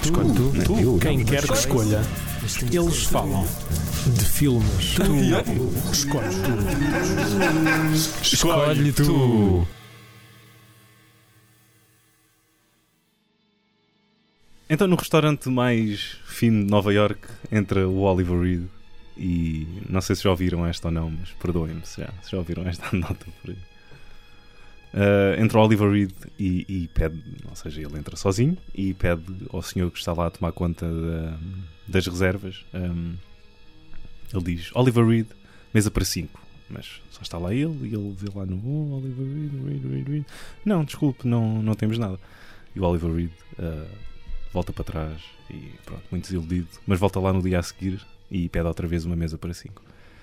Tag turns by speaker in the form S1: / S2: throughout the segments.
S1: Escolhe tu. Quem quer que escolha, eles falam de filmes. Tu escolhe tu. Escolhe tu.
S2: Então, no restaurante mais fino de Nova York entra o Oliver Reed e não sei se já ouviram esta ou não, mas perdoem-me se já ouviram esta nota por aí. Entra o Oliver Reed e pede, ou seja, ele entra sozinho e pede ao senhor que está lá a tomar conta das reservas. Ele diz: Oliver Reed, mesa para 5. Mas só está lá ele e ele vê lá no Oliver Reed. Não, desculpe, não temos nada. E o Oliver Reed volta para trás e pronto, muito desiludido, mas volta lá no dia a seguir e pede outra vez uma mesa para 5.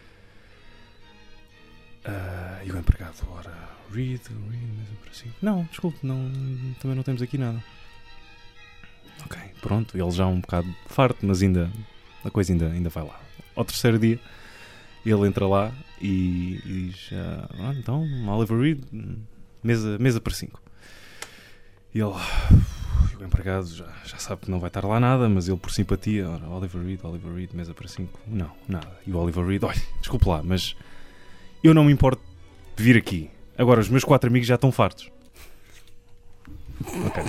S2: E o empregado, ora, Reed, mesa para 5. Não, desculpe, também não temos aqui nada. Ok, pronto, ele já um bocado farto, mas a coisa ainda vai lá. Ao terceiro dia, ele entra lá e diz: então, Oliver Reed, mesa para 5. E ele, o empregado já sabe que não vai estar lá nada, mas ele por simpatia, ora, Oliver Reed, mesa para 5. Não, nada. E o Oliver Reed, olha, desculpe lá, mas eu não me importo de vir aqui. Agora, os meus 4 amigos já estão fartos. Ok.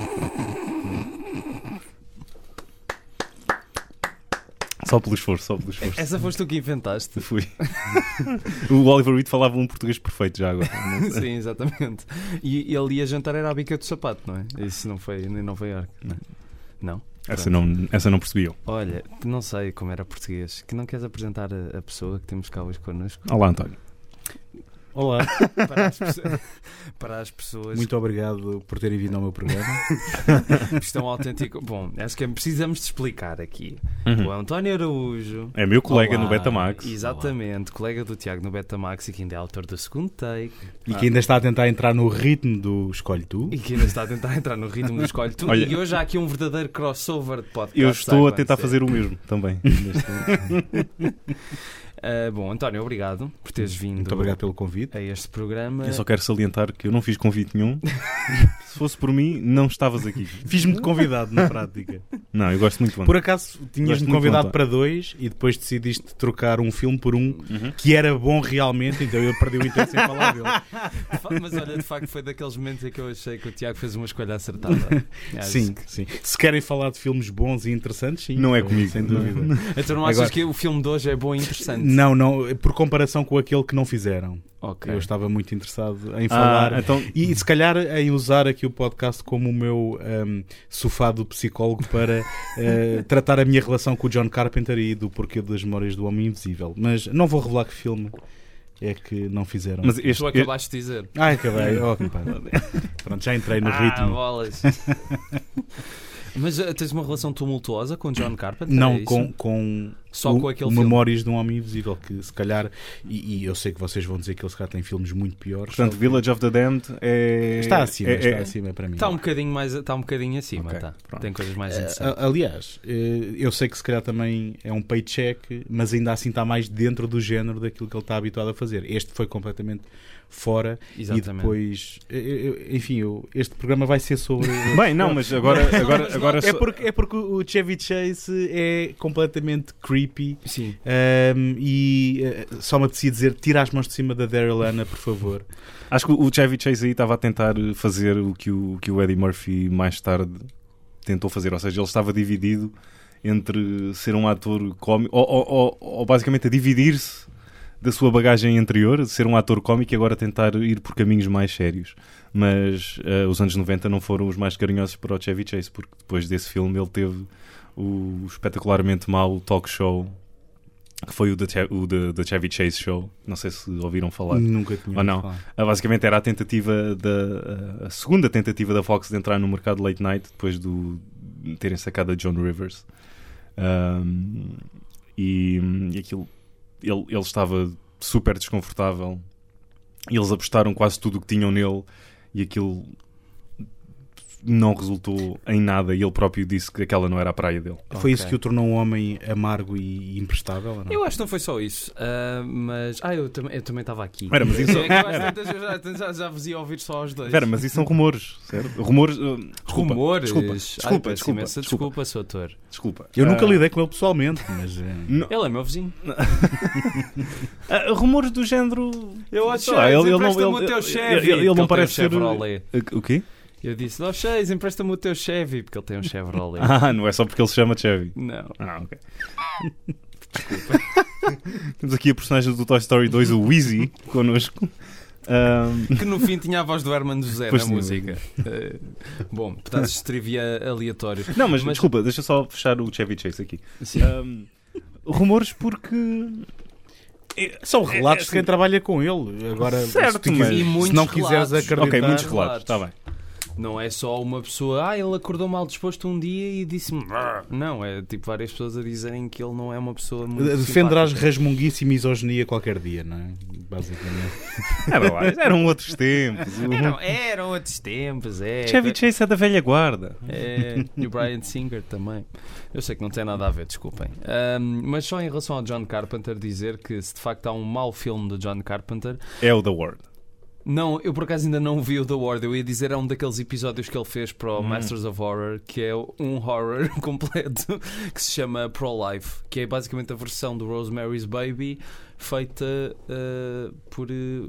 S2: Só pelo esforço.
S3: Essa foste tu que inventaste.
S2: Fui. O Oliver Reed falava um português perfeito já agora.
S3: Sim, exatamente. E ele ia jantar era a bica do sapato, não é? Isso não foi nem Nova Iorque. Não?
S2: Essa não percebi eu.
S3: Olha, não sei como era português. Que não queres apresentar a pessoa que temos cá hoje connosco?
S2: Olá, António.
S4: Olá.
S3: Para as pessoas.
S4: Muito obrigado por terem vindo ao meu programa.
S3: Estão autêntico. Bom, acho que precisamos de explicar aqui. O António Araújo
S2: é meu colega no Betamax.
S3: Exatamente, colega do Tiago no Betamax e que ainda é autor do segundo take.
S4: E que ainda está a tentar entrar no ritmo do Escolhe Tu.
S3: E que ainda está a tentar entrar no ritmo do Escolhe Tu.
S2: Olha,
S3: e hoje há aqui um verdadeiro crossover de podcast.
S2: Eu estou a tentar fazer o mesmo também.
S3: Bom, António, obrigado por teres vindo.
S4: Muito obrigado pelo convite
S3: a este programa.
S2: Eu só quero salientar que eu não fiz convite nenhum. Se fosse por mim, não estavas aqui.
S4: Fiz-me de convidado, na prática.
S2: Não, eu gosto muito de
S4: Por acaso, tinhas-me convidado para 2 e depois decidiste trocar um filme por um que era bom realmente, então eu perdi o interesse em falar dele.
S3: Mas olha, de facto foi daqueles momentos em que eu achei que o Tiago fez uma escolha acertada.
S4: Sim. Se querem falar de filmes bons e interessantes, sim.
S2: Não é comigo,
S4: sem dúvida.
S3: Então não achas que o filme de hoje é bom e interessante?
S4: Não, por comparação com aquele que não fizeram.
S3: Okay.
S4: Eu estava muito interessado em falar e se calhar em usar aqui o podcast como o meu sofá do psicólogo para tratar a minha relação com o John Carpenter e do porquê das Memórias do Homem Invisível. Mas não vou revelar que filme é que não fizeram.
S3: Mas tu acabaste de dizer.
S4: Acabei. Pronto, já entrei no ritmo.
S3: Bolas. Mas tens uma relação tumultuosa com John Carpenter?
S4: Não,
S3: é
S4: só com
S3: aquele
S4: Memórias de um Homem Invisível, que se calhar, e eu sei que vocês vão dizer que ele se calhar tem filmes muito piores.
S2: Portanto, Village of the Damned
S4: está acima para mim.
S3: Está um bocadinho acima, okay, tem coisas mais interessantes.
S4: Aliás, eu sei que se calhar também é um paycheck, mas ainda assim está mais dentro do género daquilo que ele está habituado a fazer. Este foi completamente fora. Exatamente. E depois, enfim, este programa vai ser sobre...
S2: Bem, não, mas agora
S4: é porque o Chevy Chase é completamente creepy.
S3: Sim.
S4: E só me apetecia dizer: tira as mãos de cima da Daryl Hannah, por favor.
S2: Acho que o Chevy Chase aí estava a tentar fazer o que o Eddie Murphy mais tarde tentou fazer, ou seja, ele estava dividido entre ser um ator cómico ou basicamente a dividir-se da sua bagagem anterior, ser um ator cómico e agora tentar ir por caminhos mais sérios. Mas os anos 90 não foram os mais carinhosos para o Chevy Chase, porque depois desse filme ele teve o espetacularmente mau talk show que foi o The Chevy Chase Show. Não sei se ouviram falar.
S4: Nunca tinha
S2: ou não. Basicamente era a segunda tentativa da Fox de entrar no mercado late night depois de terem sacado a Joan Rivers. E aquilo, ele estava super desconfortável e eles apostaram quase tudo o que tinham nele e aquilo não resultou em nada e ele próprio disse que aquela não era a praia dele.
S4: Foi isso que o tornou um homem amargo e imprestável? Não?
S3: Eu acho que não foi só isso, mas eu também estava aqui.
S2: Era, mas isso...
S3: já vos ia ouvir só aos dois.
S2: Espera, mas isso são rumores, certo? Rumores...
S3: Rumores?
S2: Desculpa,
S3: Sr. Ator.
S2: Desculpa.
S4: Eu nunca lidei com ele pessoalmente, mas...
S3: Ele é meu vizinho.
S2: Rumores do género...
S3: Eu acho
S2: que
S3: empresta-me o teu Chevy.
S2: Ele não parece ser... O quê?
S3: Eu disse, Chase, empresta-me o teu Chevy, porque ele tem um Chevrolet.
S2: Não é só porque ele se chama Chevy.
S3: Não.
S2: Ok. Desculpa. Temos aqui a personagem do Toy Story 2, o Wheezy, connosco.
S3: Que no fim tinha a voz do Herman José na música. Bom, pedaços de trivia aleatórios.
S2: Não, mas desculpa, deixa só fechar o Chevy Chase aqui. Rumores porque...
S4: São relatos de quem trabalha com ele. Agora,
S2: certo,
S4: se não quiseres acreditar...
S2: Ok, muitos relatos, está bem.
S3: Não é só uma pessoa, ele acordou mal disposto um dia e disse-me... Não, é tipo várias pessoas a dizerem que ele não é uma pessoa muito
S4: defenderás resmunguice e misoginia qualquer dia, não é? Basicamente.
S2: Eram outros tempos.
S3: Eram outros tempos,
S2: Chevy Chase é da velha guarda.
S3: E o Bryan Singer também. Eu sei que não tem nada a ver, desculpem. Mas só em relação ao John Carpenter dizer que se de facto há um mau filme de John Carpenter...
S2: É o The Ward.
S3: Não, eu por acaso ainda não vi o The Ward. Eu ia dizer, é um daqueles episódios que ele fez para o Masters of Horror, que é um horror completo, que se chama Pro-Life, que é basicamente a versão do Rosemary's Baby feita por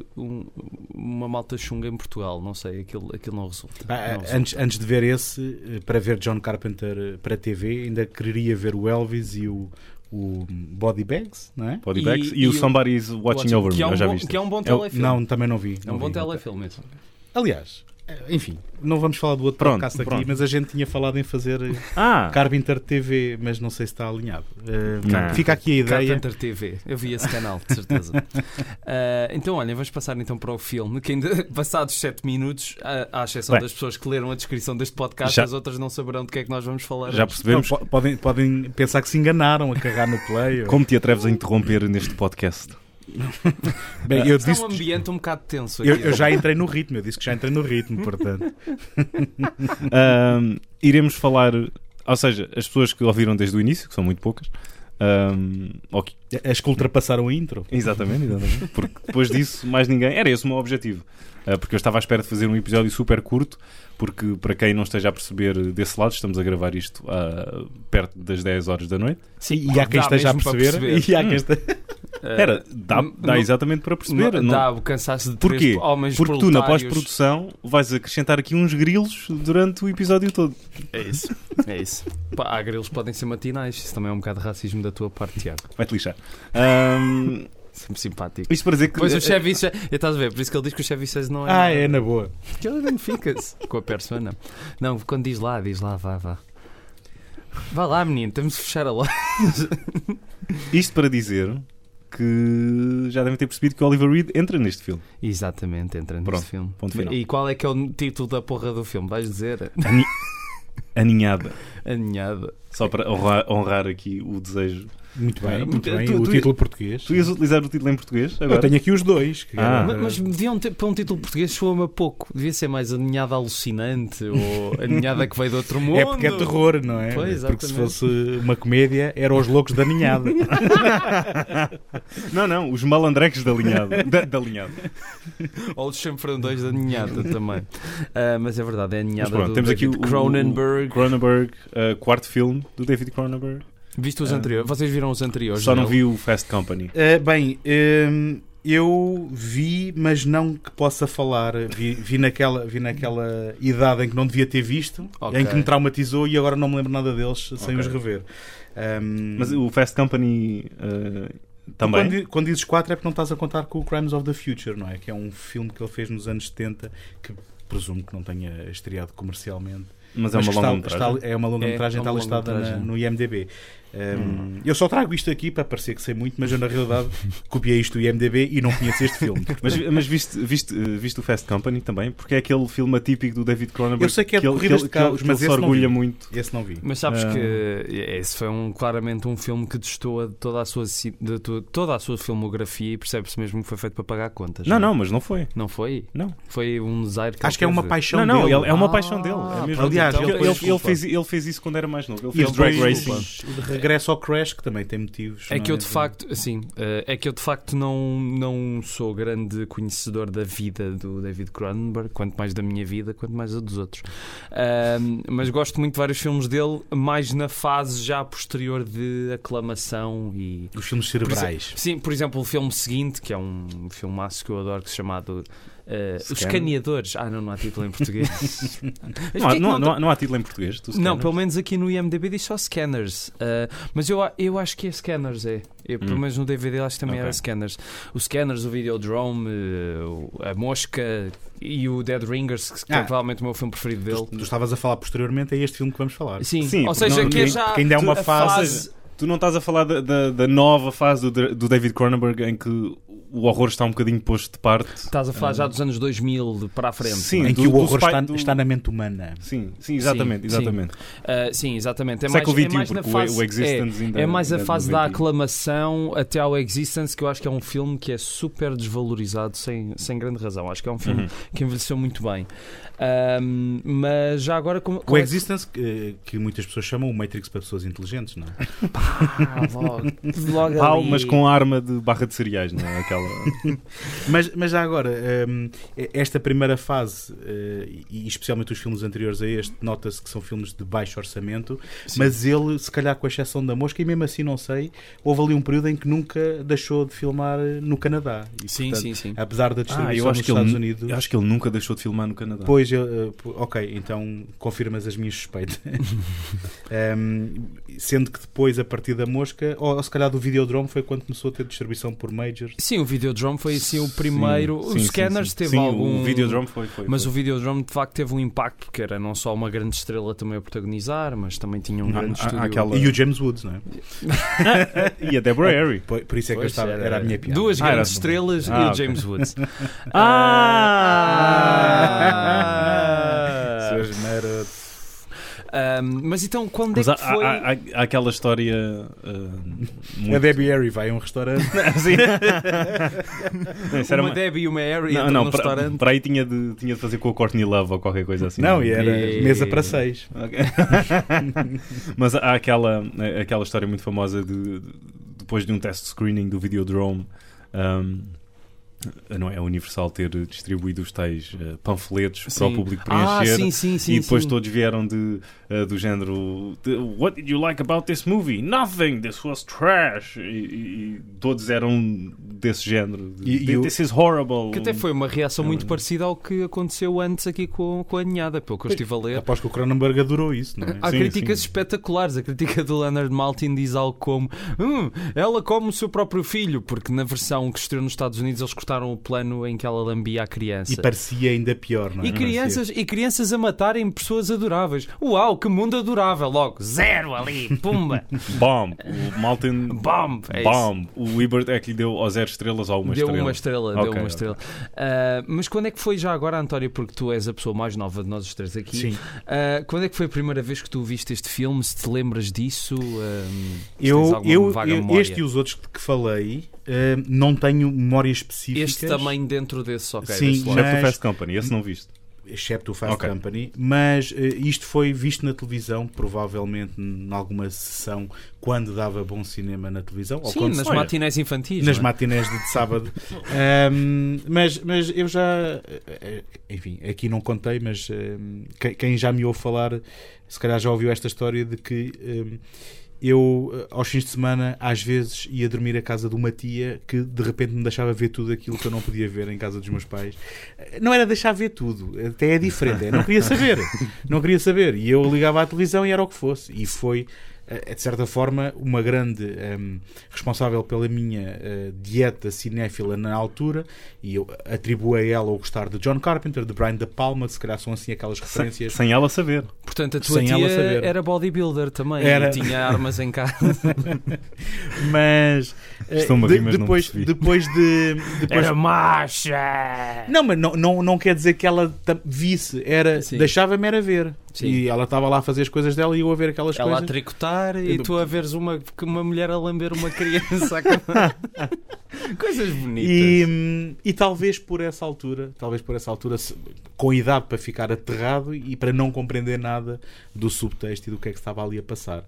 S3: uma malta chunga em Portugal. Não sei, aquilo não resulta.
S4: Antes de ver esse, para ver John Carpenter para TV, ainda queria ver o Elvis e o Body Bags, não é?
S2: Body Bags e o Somebody's Watching Over Me, já viste?
S3: Que é um bom telefilme.
S4: Não, também não vi.
S3: É um bom telefilme.
S4: Aliás, enfim, não vamos falar do outro podcast aqui, mas a gente tinha falado em fazer Carpenter TV, mas não sei se está alinhado. Fica aqui a ideia.
S3: Carpenter TV, eu vi esse canal, de certeza. Então, olha, vamos passar então para o filme, que ainda passados 7 minutos, à exceção das pessoas que leram a descrição deste podcast, as outras não saberão de que é que nós vamos falar.
S2: Já percebemos.
S4: Não, podem pensar que se enganaram a carregar no play.
S2: Como te atreves a interromper neste podcast?
S4: Bem, eu
S3: disse um ambiente um bocado tenso aqui.
S4: Eu já entrei no ritmo, portanto.
S2: Iremos falar, ou seja, as pessoas que ouviram desde o início, que são muito poucas,
S4: as que ultrapassaram a intro.
S2: Exatamente, porque depois disso mais ninguém, era esse o meu objetivo, porque eu estava à espera de fazer um episódio super curto, porque para quem não esteja a perceber desse lado, estamos a gravar isto perto das 10 horas da noite.
S4: Sim, e há quem esteja a perceber. E há quem
S2: dá exatamente para perceber.
S3: Dá o cansaço de três homens
S2: porque tu na pós-produção vais acrescentar aqui uns grilos durante o episódio todo.
S3: É isso. Há grilos que podem ser matinais. Isso também é um bocado de racismo da tua parte, Tiago.
S2: Vai-te lixar.
S3: Sempre simpático.
S2: Isto para dizer que...
S3: Pois o Chevy... Estás a ver? Por isso que ele diz que o Chevy 6 não é...
S4: é na boa.
S3: Que ele identifica-se com a persona. Não, quando diz lá, vá. Vá lá, menino, temos de fechar a loja.
S2: Isto para dizer que já devem ter percebido que o Oliver Reed entra neste filme.
S3: Exatamente, entra neste filme.
S2: Ponto final.
S3: E qual é que é o título da porra do filme? Vais dizer?
S2: Aninhada.
S3: Aninhada.
S2: Só para honrar aqui o desejo.
S4: Muito bem. O título português.
S2: Tu ias utilizar o título em português agora?
S4: Eu tenho aqui os dois.
S3: Mas deviam ter, para um título português, soa-me a pouco. Devia ser mais Aninhada Alucinante ou Aninhada que veio de outro mundo.
S4: É porque é terror, não é?
S3: Pois,
S4: porque se fosse uma comédia, eram os loucos da Aninhada.
S2: Não, os malandrecos da Alinhada.
S3: Ou os chanfrandões da Aninhada também. Mas é verdade, é a Aninhada do
S2: temos
S3: David
S2: aqui
S3: Cronenberg.
S2: Quarto filme do David Cronenberg.
S3: Viste os anteriores? Vocês viram os anteriores?
S2: Só não vi o Fast Company.
S4: Eu vi, mas não que possa falar. Vi naquela idade em que não devia ter visto, em que me traumatizou e agora não me lembro nada deles sem os rever.
S2: Mas o Fast Company também?
S4: Quando dizes 4 é porque não estás a contar com o Crimes of the Future, não é? Que é um filme que ele fez nos anos 70 que presumo que não tenha estreado comercialmente.
S2: Mas é uma longa-metragem.
S4: É uma longa-metragem, está listada no IMDb. Eu só trago isto aqui para parecer que sei muito, mas eu na realidade copiei isto do IMDb e não conheço este filme.
S2: Mas viste o Fast Company também? Porque é aquele filme atípico do David Cronenberg.
S4: Eu sei que é de corridas de carros, mas
S2: ele se orgulha muito.
S4: Esse não vi.
S3: Mas sabes que esse foi claramente um filme que destoa de toda a sua filmografia e percebe-se mesmo que foi feito para pagar contas.
S2: Não, mas não foi.
S3: Não foi?
S2: Não.
S3: Foi um desaire que
S4: acho que é uma paixão
S2: dele.
S4: Não,
S2: é uma paixão dele. É mesmo.
S4: Aliás,
S2: ele fez isso quando era mais novo. Ele fez drag racing.
S4: Regresso ao Crash, que também tem motivos.
S3: É que eu de facto não sou grande conhecedor da vida do David Cronenberg, quanto mais da minha vida, quanto mais a dos outros. Mas gosto muito de vários filmes dele, mais na fase já posterior de aclamação e
S4: os filmes cerebrais.
S3: Sim, por exemplo, o filme seguinte, que é um filmaço que eu adoro, que se chama Os Escaneadores. Não há título em português.
S2: Não há título em português?
S3: Não, pelo menos aqui no IMDb diz só Scanners. Mas eu acho que é Scanners, pelo menos no DVD acho que também era Scanners. O Scanners, o Videodrome, a Mosca e o Dead Ringers, que é provavelmente o meu filme preferido dele.
S4: Tu estavas a falar posteriormente a este filme que vamos falar.
S3: Sim. Ou seja, que é já
S4: que ainda é uma fase...
S2: Tu não estás a falar da nova fase do David Cronenberg em que o horror está um bocadinho posto de parte.
S3: Estás a falar já dos anos 2000 para a frente.
S4: Sim, em que o horror está na mente humana.
S2: Sim, exatamente.
S3: Sim, exatamente.
S2: Século XXI,
S3: mais na fase,
S2: o Existence ainda
S3: é mais a fase da aclamação até ao Existence, que eu acho que é um filme que é super desvalorizado sem grande razão. Acho que é um filme que envelheceu muito bem. Mas já agora...
S4: O Existence, que muitas pessoas chamam o Matrix para pessoas inteligentes, não é?
S3: Logo
S2: mas com arma de barra de cereais, não é? Aquela...
S4: mas já agora, esta primeira fase, e especialmente os filmes anteriores a este, nota-se que são filmes de baixo orçamento. Sim. Mas ele, se calhar com a exceção da Mosca, e mesmo assim não sei, houve ali um período em que nunca deixou de filmar no Canadá. E,
S3: sim.
S4: Apesar da distribuição nos Estados Unidos...
S2: Eu acho que ele nunca deixou de filmar no Canadá.
S4: Pois, ok, então confirmas as minhas suspeitas. Sendo que depois, a partir da Mosca, ou se calhar do Videodrome, foi quando começou a ter distribuição por majors.
S3: Sim, o Videodrome foi assim o primeiro. Os Scanners teve algum...
S2: o Videodrome foi.
S3: Mas o Videodrome de facto teve um impacto, porque era não só uma grande estrela também a protagonizar, mas também tinha um grande estúdio.
S4: E o James Woods, não é?
S2: E a Deborah Harry.
S4: Por isso é que era a minha piada.
S3: Duas grandes estrelas e o James Woods.
S4: Seus nerds.
S3: Mas então, quando é que foi...
S2: Há aquela história...
S4: A Debbie Harry vai a um restaurante.
S3: Uma Debbie e uma Harry num restaurante.
S2: Para aí tinha de fazer com a Courtney Love ou qualquer coisa assim.
S4: Não, e era mesa para 6.
S2: Okay. Mas há aquela história muito famosa depois de um test screening do Videodrome... não é a Universal ter distribuído os tais panfletos para o público preencher.
S3: Sim,
S2: e depois todos vieram do género What did you like about this movie? Nothing, this was trash. E todos eram desse género. This is horrible.
S3: Que até foi uma reação muito parecida ao que aconteceu antes aqui com a Ninhada, pelo que eu estive a ler.
S4: Aposto que o Cronenberg adorou isso, não é?
S3: Há críticas espetaculares. A crítica do Leonard Maltin diz algo como ela come o seu próprio filho, porque na versão que estreou nos Estados Unidos eles cortaram o plano em que ela lambia a criança.
S4: E parecia ainda pior, não é?
S3: E crianças a matarem pessoas adoráveis. Uau, que mundo adorável. Logo, 0 ali, pumba.
S2: Bomb. O Maltin...
S3: Bomb.
S2: O Ebert é que lhe deu 0 estrelas ou 1 estrela.
S3: Deu uma estrela. Mas quando é que foi já agora, António, porque tu és a pessoa mais nova de nós os três aqui.
S4: Sim.
S3: Quando é que foi a primeira vez que tu viste este filme? Se te lembras disso?
S4: Este e os outros que falei... não tenho memórias específicas.
S3: Este também dentro desse, ok.
S4: Sim,
S2: excepto o Fast Company, esse não viste.
S4: Excepto o Fast Company, mas isto foi visto na televisão, provavelmente em alguma sessão, quando dava bom cinema na televisão.
S3: Sim, ou nas matinés infantis.
S4: Nas matinés de sábado. Mas eu já... Enfim, aqui não contei, mas quem já me ouve falar, se calhar já ouviu esta história de que... eu, aos fins de semana, às vezes ia dormir à casa de uma tia que de repente me deixava ver tudo aquilo que eu não podia ver em casa dos meus pais. Não era deixar ver tudo, até é diferente. Não queria saber. E eu ligava à televisão e era o que fosse. E foi é de certa forma uma grande responsável pela minha dieta cinéfila na altura, e eu atribuo a ela o gostar de John Carpenter, de Brian De Palma, se calhar são assim aquelas referências.
S2: Sem ela saber.
S3: Portanto, a tua tia era bodybuilder também, e tinha armas em casa.
S4: Mas depois de
S3: era macha!
S4: Não, mas não quer dizer que ela visse, deixava-me era ver. Sim. E ela estava lá a fazer as coisas dela e eu a ver aquelas coisas.
S3: Ela a tricotar e tu a veres uma mulher a lamber uma criança. Coisas bonitas.
S4: E talvez por essa altura, com idade para ficar aterrado e para não compreender nada do subtexto e do que é que estava ali a passar.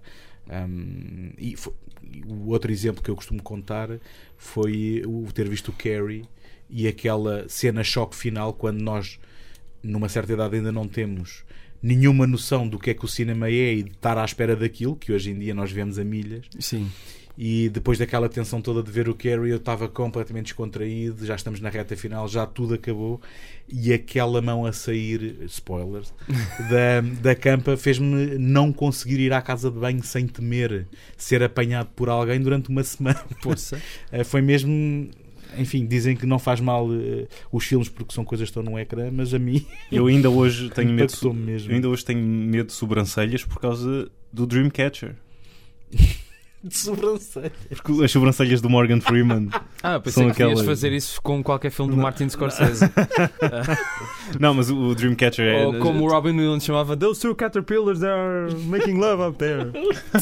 S4: O outro exemplo que eu costumo contar foi o ter visto o Carrie e aquela cena choque final, quando nós, numa certa idade, ainda não temos nenhuma noção do que é que o cinema é e de estar à espera daquilo, que hoje em dia nós vemos a milhas.
S3: Sim.
S4: E depois daquela tensão toda de ver o Carrie, eu estava completamente descontraído, já estamos na reta final, já tudo acabou, e aquela mão a sair, spoilers, da campa fez-me não conseguir ir à casa de banho sem temer ser apanhado por alguém durante uma semana.
S3: Poxa.
S4: Foi mesmo... Enfim, dizem que não faz mal os filmes porque são coisas que estão no ecrã, mas a mim...
S2: Eu ainda hoje tenho medo de sobrancelhas por causa do Dreamcatcher.
S4: De sobrancelhas?
S2: Porque as sobrancelhas do Morgan Freeman
S3: pensei que ias fazer isso com qualquer filme do Martin Scorsese.
S2: Não, mas o Dreamcatcher
S3: Ou como o Robin Williams chamava, those two caterpillars are making love up there.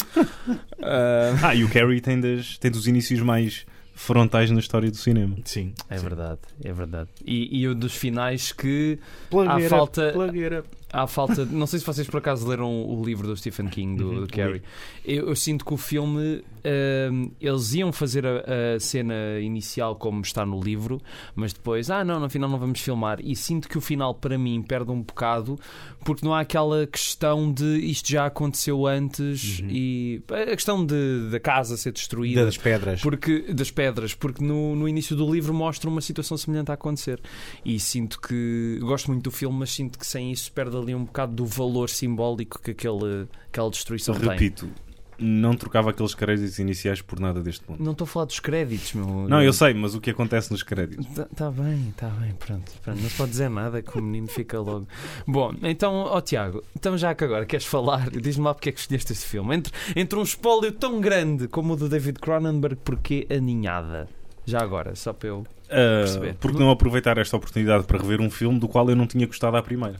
S2: E o Carrie tem dos inícios mais frontais na história do cinema.
S4: Sim,
S3: é verdade. E um dos finais que
S4: plagueira.
S3: Há falta, não sei se vocês por acaso leram o livro do Stephen King, do Carrie. Eu sinto que o filme, eles iam fazer a cena inicial como está no livro, mas depois, no final não vamos filmar, e sinto que o final para mim perde um bocado, porque não há aquela questão de isto já aconteceu antes, e a questão da casa ser destruída,
S4: das pedras,
S3: porque no início do livro mostra uma situação semelhante a acontecer, e sinto que gosto muito do filme, mas sinto que sem isso perde ali um bocado do valor simbólico que aquela destruição tem.
S2: Repito, não trocava aqueles créditos iniciais por nada deste mundo.
S3: Não estou a falar dos créditos, meu.
S2: Não, eu sei, mas o que acontece nos créditos?
S3: Está bem, pronto. Não se pode dizer nada que o menino fica logo. Bom, então, Tiago, então já que agora queres falar, diz-me lá porque é que escolheste este filme. Entre um espólio tão grande como o do David Cronenberg, porquê a ninhada? Já agora, só para eu perceber.
S2: Porque não aproveitar esta oportunidade para rever um filme do qual eu não tinha gostado à primeira.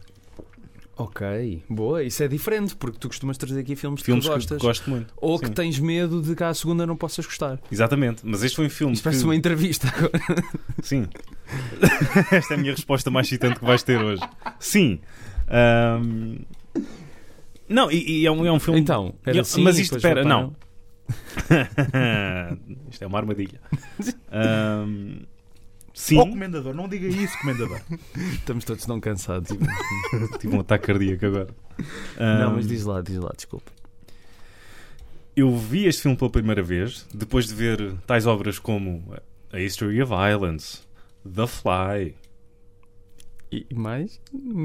S3: Ok, boa, isso é diferente, porque tu costumas trazer aqui filmes que tu gostas.
S2: Que gosto muito.
S3: Ou que tens medo de que à segunda não possas gostar.
S2: Exatamente, mas este foi um filme.
S3: Isto parece uma entrevista agora.
S2: Sim. Esta é a minha resposta mais excitante que vais ter hoje. Sim. Não, e é um filme.
S3: Então, era assim,
S2: mas isto, espera, não. Isto é uma armadilha. Sim.
S4: Comendador, não diga isso, comendador.
S3: Estamos todos tão cansados.
S2: Tive um ataque cardíaco agora.
S3: Não, mas diz lá, desculpa.
S2: Eu vi este filme pela primeira vez depois de ver tais obras como A History of Violence, The Fly.
S3: E mais?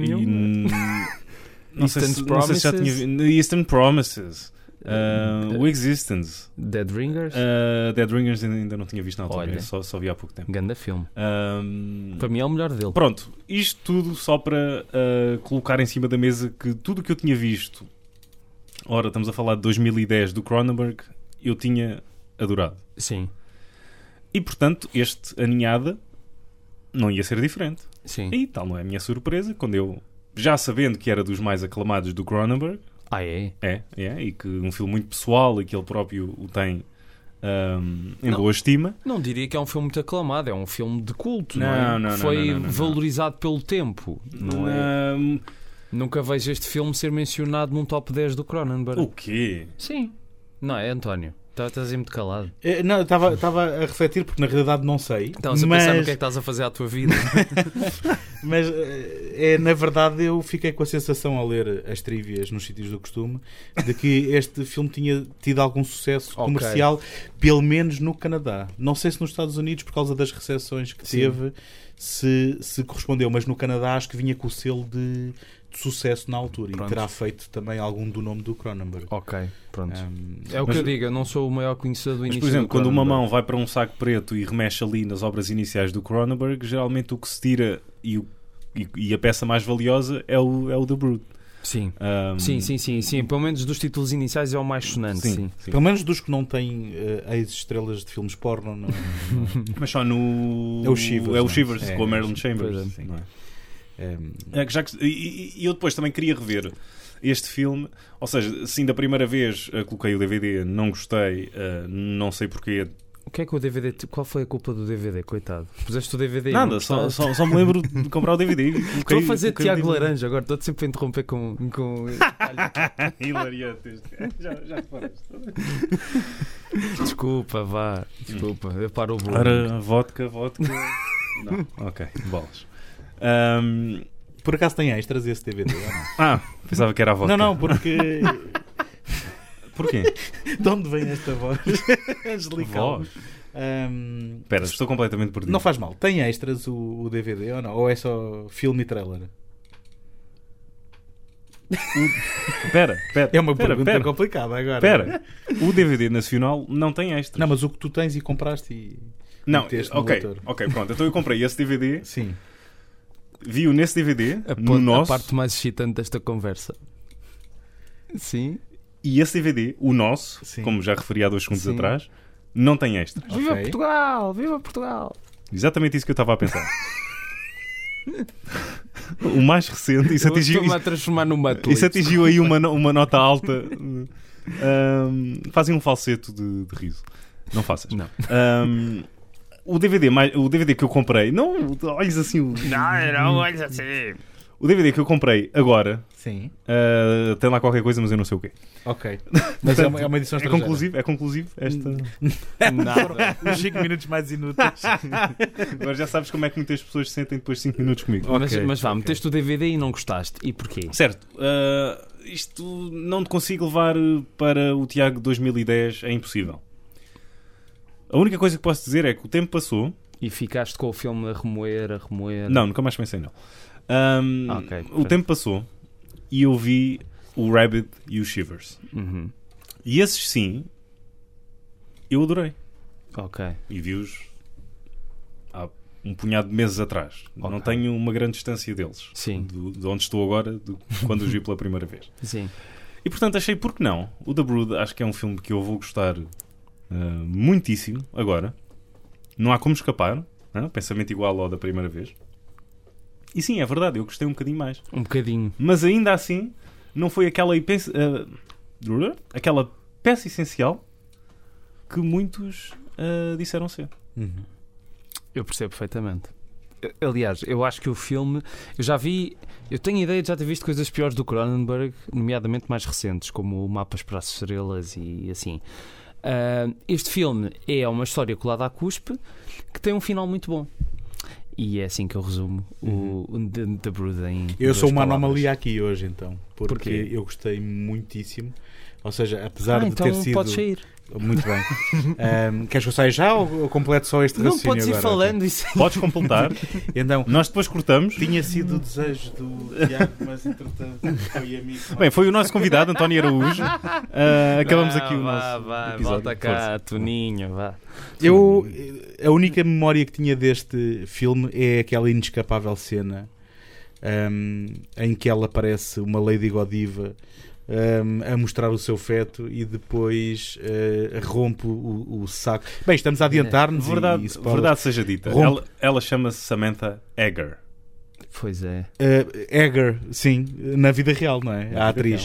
S2: Não sei se já tinha visto. Eastern Promises. O Existence,
S3: Dead Ringers.
S2: Dead Ringers ainda não tinha visto na altura, só vi há pouco tempo.
S3: Ganda filme. Para mim é o melhor dele.
S2: Pronto, isto tudo só para colocar em cima da mesa que tudo o que eu tinha visto, ora, estamos a falar de 2010 do Cronenberg, eu tinha adorado.
S3: Sim.
S2: E portanto, este Aninhada não ia ser diferente.
S3: Sim.
S2: E tal não é a minha surpresa quando eu, já sabendo que era dos mais aclamados do Cronenberg.
S3: É?
S2: É, e que um filme muito pessoal e que ele próprio o tem em boa estima.
S3: Não diria que é um filme muito aclamado, é um filme de culto, não é? Foi valorizado pelo tempo, não é? Nunca vejo este filme ser mencionado num top 10 do Cronenberg.
S2: O quê?
S3: Sim. Não é, António? Estás aí muito calado.
S4: Não, estava a refletir porque na realidade não sei.
S3: Estás a pensar no que é que estás a fazer à tua vida.
S4: Mas na verdade eu fiquei com a sensação ao ler as trivias nos sítios do costume de que este filme tinha tido algum sucesso comercial, pelo menos no Canadá. Não sei se nos Estados Unidos, por causa das recepções que teve, se correspondeu, mas no Canadá acho que vinha com o selo de sucesso na altura.
S3: Pronto.
S4: E terá feito também algum do nome do Cronenberg.
S3: Ok, pronto. É o que eu digo, eu não sou o maior conhecedor do
S2: mas,
S3: início.
S2: por exemplo,
S3: do
S2: quando uma
S3: Cronenberg.
S2: mão vai para um saco preto e remexe ali nas obras iniciais do Cronenberg, geralmente o que se tira e a peça mais valiosa é o The Brood.
S3: Sim. Sim. Pelo menos dos títulos iniciais é o mais sonante. Sim.
S4: Pelo menos dos que não têm ex-estrelas de filmes porno. Não.
S2: Mas só no.
S4: É o Shivers.
S2: É o Shivers,
S4: É,
S2: com a Marilyn Chambers.
S3: Pois
S2: Sim, não é? E eu depois também queria rever este filme. Ou seja, sim, da primeira vez coloquei o DVD, não gostei, não sei porquê.
S3: O que é que o DVD... Qual foi a culpa do DVD, coitado? Puseste o DVD e
S2: Nada,
S3: não
S2: só
S3: gostaste?
S2: me lembro de comprar o DVD.
S3: Estou a fazer Tiago Laranja agora, estou-te sempre a interromper com...
S2: Hilariante. Já reparaste.
S3: Desculpa, vá. Desculpa, eu paro o volume.
S2: Ora, vodka. Não, ok, bolas.
S4: Por acaso tem extras esse DVD? Ou não?
S2: Pensava que era a vodka.
S4: Não, porque...
S2: Porquê?
S4: De onde vem esta voz? Angelical.
S2: Voz? Espera, estou completamente perdido.
S4: Não faz mal. Tem extras o DVD ou não? Ou é só filme e trailer?
S2: Espera.
S4: É uma pergunta complicada agora.
S2: Espera. O DVD nacional não tem extras.
S4: Não, mas o que tu tens e compraste e...
S2: Não,
S4: meteste no
S2: ok,
S4: leitor.
S2: pronto. Então eu comprei esse DVD,
S4: Sim.
S2: vi-o nesse DVD, no
S3: A
S2: nosso,
S3: parte mais excitante desta conversa. Sim.
S2: e esse DVD, o nosso,
S4: Sim.
S2: como já referi há 2 segundos
S3: Sim.
S2: atrás, não tem extras.
S4: Ok.
S3: Viva Portugal! Viva Portugal!
S2: Exatamente isso que eu estava a pensar. O mais recente, isso
S3: Eu
S2: atingiu,
S3: estou-me a transformar numa
S2: isso atingiu aí uma nota alta. Fazem um falseto de riso. Não faças.
S3: Não.
S2: O DVD que eu comprei, não olhes assim.
S3: Não olhes assim.
S2: O DVD que eu comprei agora
S4: Sim.
S2: tem lá qualquer coisa, mas eu não sei o quê.
S4: Ok. Mas é uma edição estrangeira.
S2: É conclusivo esta.
S3: Nada.
S4: Os 5 minutos mais inúteis.
S2: Agora já sabes como é que muitas pessoas se sentem depois de 5 minutos comigo.
S3: Mas vá, meteste o DVD e não gostaste. E porquê?
S2: Certo. Isto não te consigo levar para o Tiago 2010, é impossível. A única coisa que posso dizer é que o tempo passou.
S3: E ficaste com o filme a remoer.
S2: Não, nunca mais pensei não.
S3: Ok.
S2: O tempo passou e eu vi o Rabid e o Shivers.
S3: Uhum.
S2: E esses sim, eu adorei.
S3: Ok.
S2: E vi-os há um punhado de meses atrás.
S3: Ok.
S2: Não tenho uma grande distância deles.
S3: Sim.
S2: De onde estou agora, de quando os vi pela primeira vez.
S3: Sim.
S2: E portanto achei, por que não? O The Brood acho que é um filme que eu vou gostar muitíssimo agora. Não há como escapar. Não? Pensamento igual ao da primeira vez. E sim, é verdade, eu gostei um bocadinho mais.
S3: Um bocadinho.
S2: Mas ainda assim, não foi aquela peça essencial que muitos disseram ser.
S4: Uhum.
S3: Eu percebo perfeitamente. Aliás, eu acho que o filme... Eu já vi... Eu tenho a ideia de já ter visto coisas piores do Cronenberg, nomeadamente mais recentes, como Mapas para as Estrelas e assim. Este filme é uma história colada à cuspe que tem um final muito bom. E é assim que eu resumo o The Brood em
S4: Eu sou uma
S3: duas palavras.
S4: anomalia aqui hoje, então. Porque
S3: Porquê?
S4: eu gostei muitíssimo. Ou seja, apesar de
S3: então
S4: ter sido...
S3: podes sair.
S4: Muito bem. Queres que eu saia já ou completo só este
S3: Não
S4: raciocínio
S3: podes ir
S4: agora?
S3: falando isso.
S2: Podes completar.
S4: Então,
S2: Nós depois cortamos.
S4: tinha sido o desejo do Tiago, mas entretanto foi a mim.
S2: Bem, foi o nosso convidado, António Araújo. Acabamos aqui o
S3: Vá,
S2: nosso episódio.
S3: volta cá, Toninho, vá.
S4: A única memória que tinha deste filme é aquela inescapável cena em que ela parece uma Lady Godiva a mostrar o seu feto e depois rompe o saco. Bem, estamos a adiantar-nos.
S2: Verdade seja dita. Ela chama-se Samantha Eggar.
S3: Pois é.
S4: Eggar, sim, na vida real, não é? A atriz.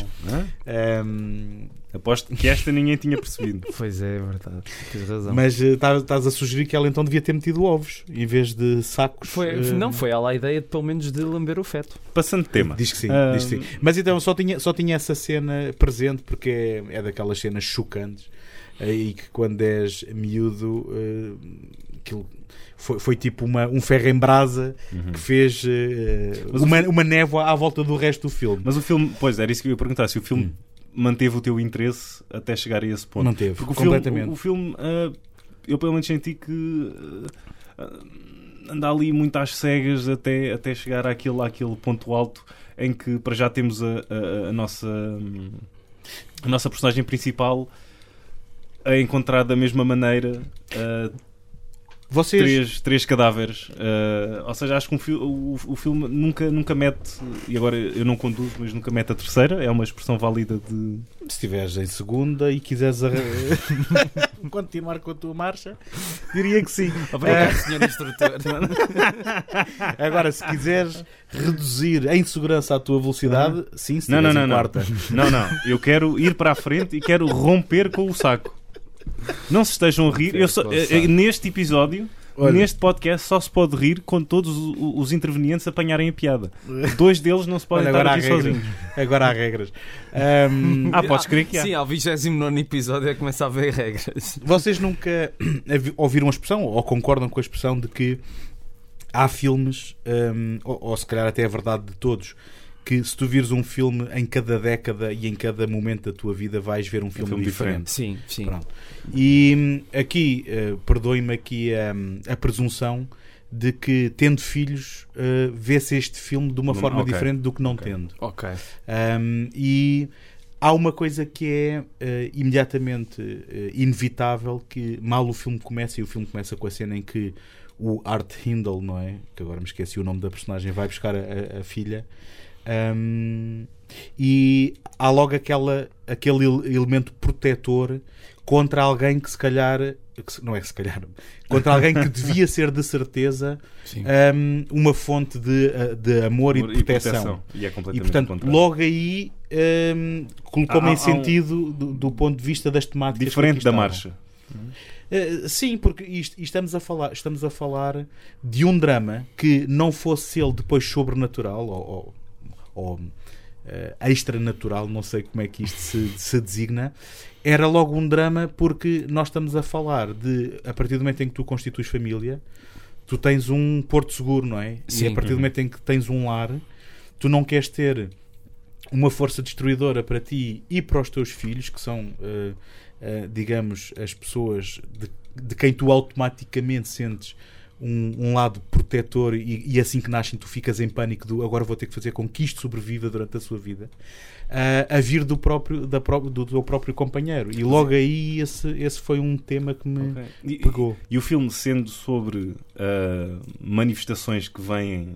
S2: Aposto que esta ninguém tinha percebido.
S3: Pois é verdade. Tens razão.
S4: Mas estás a sugerir que ela então devia ter metido ovos em vez de sacos.
S3: Não foi ela a ideia de pelo menos de lamber o feto.
S2: Passando de tema.
S4: Diz que sim, diz que sim. Mas então só tinha essa cena presente porque é daquelas cenas chocantes e que quando és miúdo aquilo foi tipo um ferro em brasa que fez uma névoa à volta do resto do filme.
S2: Mas o filme, pois era isso que eu ia perguntar, se o filme manteve o teu interesse até chegar a esse ponto.
S4: Manteve,
S2: porque
S4: completamente.
S2: O filme eu pelo menos senti que anda ali muito às cegas até chegar àquele ponto alto em que para já temos a nossa personagem principal a encontrar da mesma maneira três cadáveres. Ou seja, acho que o filme nunca mete, e agora eu não conduzo, mas nunca mete a terceira. É uma expressão válida de...
S4: Se estiveres em segunda e quiseres continuar com a tua marcha, diria que sim.
S3: Obrigado, senhor instrutor.
S4: Agora, se quiseres reduzir em segurança a tua velocidade, sim, se estiveres em quarta.
S2: Não. Eu quero ir para a frente e quero romper com o saco. Não se estejam a rir. Neste episódio, neste podcast, só se pode rir quando todos os intervenientes apanharem a piada. 2 deles não se podem estar aqui sozinhos.
S4: Agora há regras.
S2: Podes crer que há.
S3: Sim, ao 29º episódio é que começa a haver regras.
S4: Vocês nunca ouviram a expressão, ou concordam com a expressão de que há filmes, ou se calhar até é verdade de todos, que se tu vires um filme em cada década e em cada momento da tua vida vais ver um filme diferente.
S3: Sim.
S4: Pronto. E aqui, perdoe-me aqui a presunção de que, tendo filhos, vê-se este filme de uma forma diferente do que não tendo.
S3: Ok.
S4: E há uma coisa que é imediatamente inevitável, que mal o filme começa, e o filme começa com a cena em que o Art Hindle, não é? Que agora me esqueci o nome da personagem, vai buscar a filha. E há logo aquele elemento protetor contra alguém que se calhar, contra alguém que devia ser de certeza uma fonte de amor e de proteção.
S2: E é completamente
S4: portanto,
S2: contrário.
S4: logo aí colocou-me em sentido do ponto de vista das temáticas
S2: diferente da marcha.
S4: Sim, porque estamos a falar de um drama que, não fosse ele depois sobrenatural ou extranatural, não sei como é que isto se designa, era logo um drama, porque nós estamos a falar de, a partir do momento em que tu constituis família, tu tens um porto seguro, não é? Sim. E a partir do momento em que tens um lar, tu não queres ter uma força destruidora para ti e para os teus filhos, que são digamos, as pessoas de quem tu automaticamente sentes um lado protetor, e assim que nascem tu ficas em pânico do agora vou ter que fazer com que isto sobreviva durante a sua vida, a vir do teu próprio companheiro. E logo aí esse foi um tema que me pegou.
S2: E o filme, sendo sobre manifestações que vêm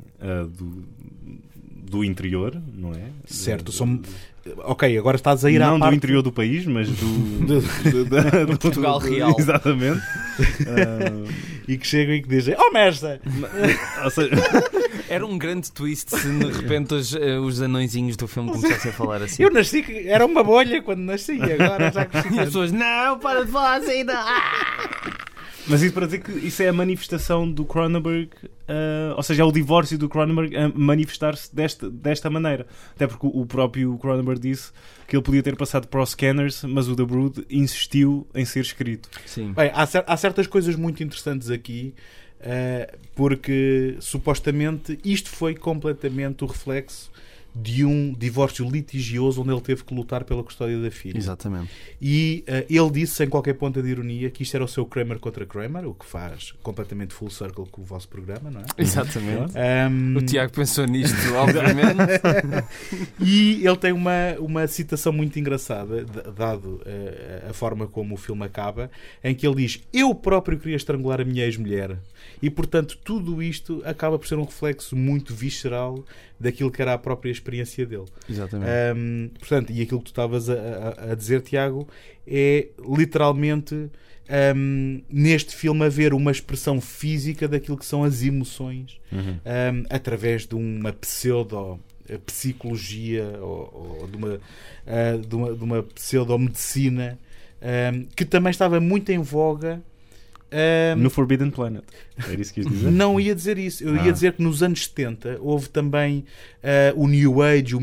S2: do interior, não é?
S4: Certo, ok, agora estás a ir
S2: não
S4: à parte...
S2: do interior do país, mas do
S3: Portugal real.
S2: Exatamente.
S4: E que chegam e que dizem: oh, merda!
S2: Ou seja...
S3: Era um grande twist se de repente os anõezinhos do filme começassem a falar assim.
S4: Eu nasci, era uma bolha quando nasci, agora já
S3: e as pessoas: não, para de falar assim, não!
S2: Mas isso para dizer que isso é a manifestação do Cronenberg, ou seja, é o divórcio do Cronenberg a manifestar-se desta maneira. Até porque o próprio Cronenberg disse que ele podia ter passado para os Scanners, mas o The Brood insistiu em ser escrito.
S3: Sim.
S4: Bem, há certas coisas muito interessantes aqui, porque supostamente isto foi completamente o reflexo de um divórcio litigioso onde ele teve que lutar pela custódia da filha.
S3: Exatamente.
S4: E ele disse, sem qualquer ponta de ironia, que isto era o seu Kramer contra Kramer, o que faz completamente full circle com o vosso programa, não é?
S3: Exatamente. O Tiago pensou nisto, obviamente.
S4: E ele tem uma citação muito engraçada, dado a forma como o filme acaba, em que ele diz: eu próprio queria estrangular a minha ex-mulher. E, portanto, tudo isto acaba por ser um reflexo muito visceral daquilo que era a própria experiência dele.
S3: Exatamente.
S4: Portanto, e aquilo que tu estavas a dizer, Tiago, é literalmente neste filme haver uma expressão física daquilo que são as emoções, através de uma psicologia ou de uma pseudomedicina que também estava muito em voga
S2: no Forbidden Planet. Era isso que quis dizer?
S4: Não ia dizer isso. Eu ia dizer que nos anos 70 houve também o New Age, o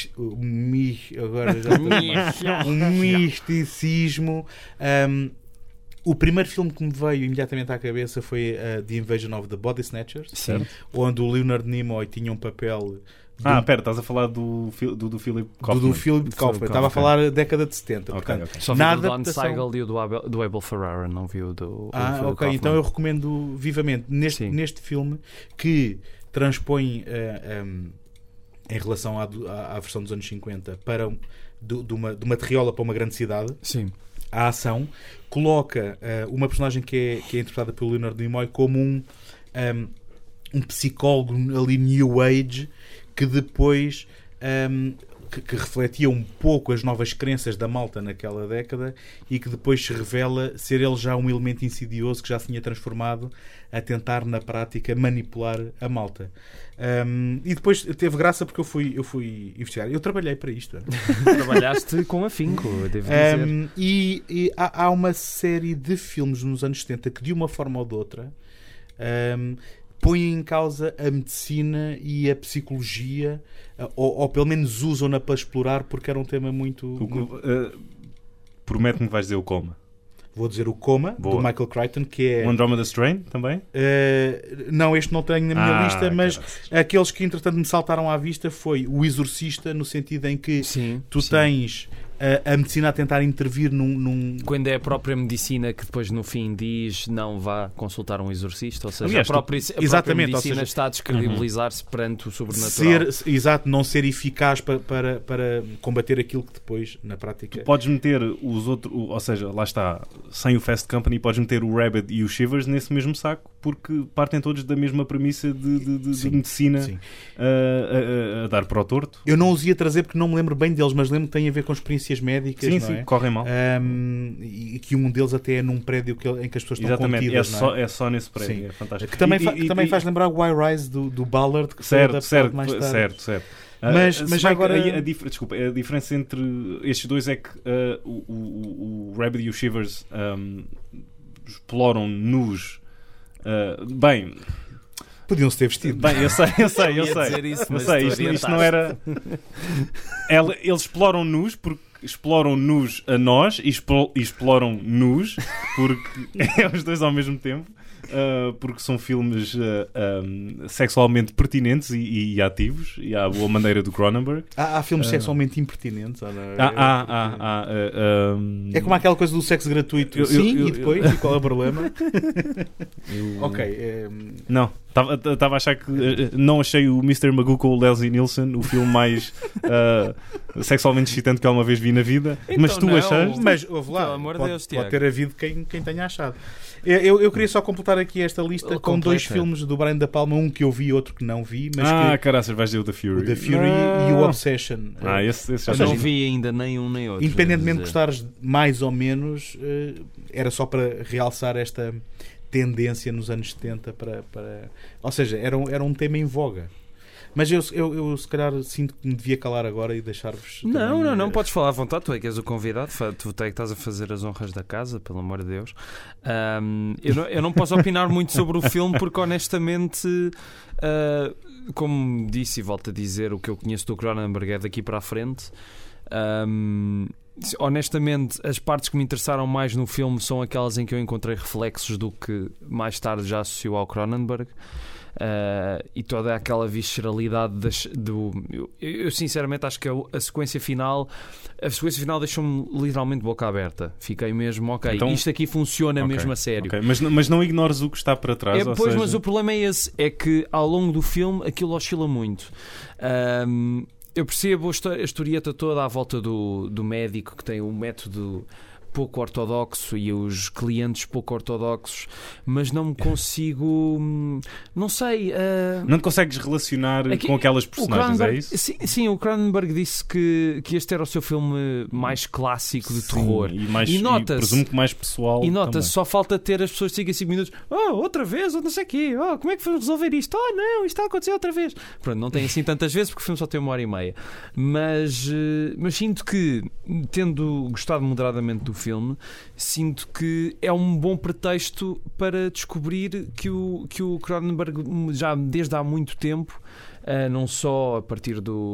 S4: misticismo. O primeiro filme que me veio imediatamente à cabeça foi The Invasion of the Body Snatchers, onde o Leonard Nimoy tinha um papel
S2: Pera, estás a falar do Philip Kaufman.
S4: Do Philip Kaufman. Estava a falar da década de 70. Portanto,
S3: só vi o Don Siegel e o do Abel Ferrara, não vi o do Philip Kaufman.
S4: Então eu recomendo vivamente neste filme, que transpõe em relação à versão dos anos 50 para de uma terriola para uma grande cidade.
S3: Sim.
S4: A ação coloca uma personagem que é interpretada pelo Leonard Nimoy como um psicólogo ali New Age, que depois que refletia um pouco as novas crenças da malta naquela década, e que depois se revela ser ele já um elemento insidioso que já se tinha transformado a tentar na prática manipular a malta. E depois teve graça porque eu fui investigar. Eu trabalhei para isto.
S3: Trabalhaste com afinco, devo dizer.
S4: E há uma série de filmes nos anos 70 que, de uma forma ou de outra, põem em causa a medicina e a psicologia, ou pelo menos usam-na para explorar, porque era um tema muito...
S2: Promete-me que vais dizer o Coma.
S4: Vou dizer o Coma, do Michael Crichton, que é...
S2: O Andromeda's Strain também?
S4: Não, este não tenho na minha lista, mas aqueles que entretanto me saltaram à vista foi o Exorcista, no sentido em que tens a medicina a tentar intervir num...
S3: Quando é a própria medicina que depois no fim diz não vá consultar um exorcista, ou seja,
S4: aliás,
S3: a própria medicina está a descredibilizar-se perante o sobrenatural.
S4: Não ser eficaz para combater aquilo que depois, na prática...
S2: Tu podes meter os outros, ou seja, lá está, sem o Fast Company, podes meter o Rabid e o Shivers nesse mesmo saco, porque partem todos da mesma premissa de medicina a dar para o torto.
S4: Eu não os ia trazer porque não me lembro bem deles, mas lembro que tem a ver com experiências médicas, não é?
S2: Correm mal.
S4: E que um deles até é num prédio em que as pessoas estão contidas.
S2: É só nesse prédio, é fantástico.
S4: Que também faz lembrar o I-Rise do Ballard, que foi adaptado mais tarde.
S2: Certo.
S4: Mas agora...
S2: a diferença entre estes dois é que o Rabid e o Shivers exploram nus.
S4: Podiam-se ter vestido.
S2: Bem, eu sei. Isto não era... Eles exploram nus porque exploram nus a nós e exploram nus porque é os dois ao mesmo tempo. Porque são filmes sexualmente pertinentes e ativos, e à boa maneira do Cronenberg.
S4: Há filmes sexualmente impertinentes?
S2: É
S4: como aquela coisa do sexo gratuito. E depois? E qual é o problema?
S2: Não, estava a achar que não achei o Mr. Magoo com o Leslie Nielsen o filme mais sexualmente excitante que alguma vez vi na vida.
S3: Então,
S2: mas tu achaste?
S4: Mas houve lá, pode ter havido quem tenha achado. Eu queria só completar aqui esta lista com dois filmes do Brian De Palma, um que eu vi e outro que não vi. Mas
S2: caraças, vais dizer o The Fury.
S4: O The Fury e o Obsession.
S2: Esse já
S3: não vi ainda nem um nem outro.
S4: Independentemente de gostares mais ou menos, era só para realçar esta tendência nos anos 70 ou seja, era um tema em voga. Mas eu se calhar sinto que me devia calar agora e deixar-vos...
S3: Não, podes falar à vontade, tu é que és o convidado, tu é que estás a fazer as honras da casa, pelo amor de Deus. Eu não posso opinar muito sobre o filme porque honestamente, como disse e volto a dizer, o que eu conheço do Cronenberg é daqui para a frente. Honestamente, as partes que me interessaram mais no filme são aquelas em que eu encontrei reflexos do que mais tarde já associou ao Cronenberg. E toda aquela visceralidade eu sinceramente acho que a sequência final deixou-me literalmente boca aberta. Fiquei mesmo, então, isto aqui funciona mesmo a sério.
S2: Mas não ignores o que está para trás.
S3: Mas o problema é esse, é que ao longo do filme aquilo oscila muito. Eu percebo a historieta toda à volta do médico que tem um método pouco ortodoxo e os clientes pouco ortodoxos, mas não me consigo, não sei,
S2: não te consegues relacionar com aquelas personagens, é isso?
S3: Sim, o Cronenberg disse que este era o seu filme mais clássico de terror
S2: e presumo que mais pessoal.
S3: E nota-se, só falta ter as pessoas que sigam 5 minutos, outra vez, ou não sei o quê, como é que vamos resolver isto? Não, isto está a acontecer outra vez. Pronto, não tem assim tantas vezes porque o filme só tem 1h30, mas sinto que, tendo gostado moderadamente do filme, sinto que é um bom pretexto para descobrir que o Cronenberg já desde há muito tempo, não só a partir do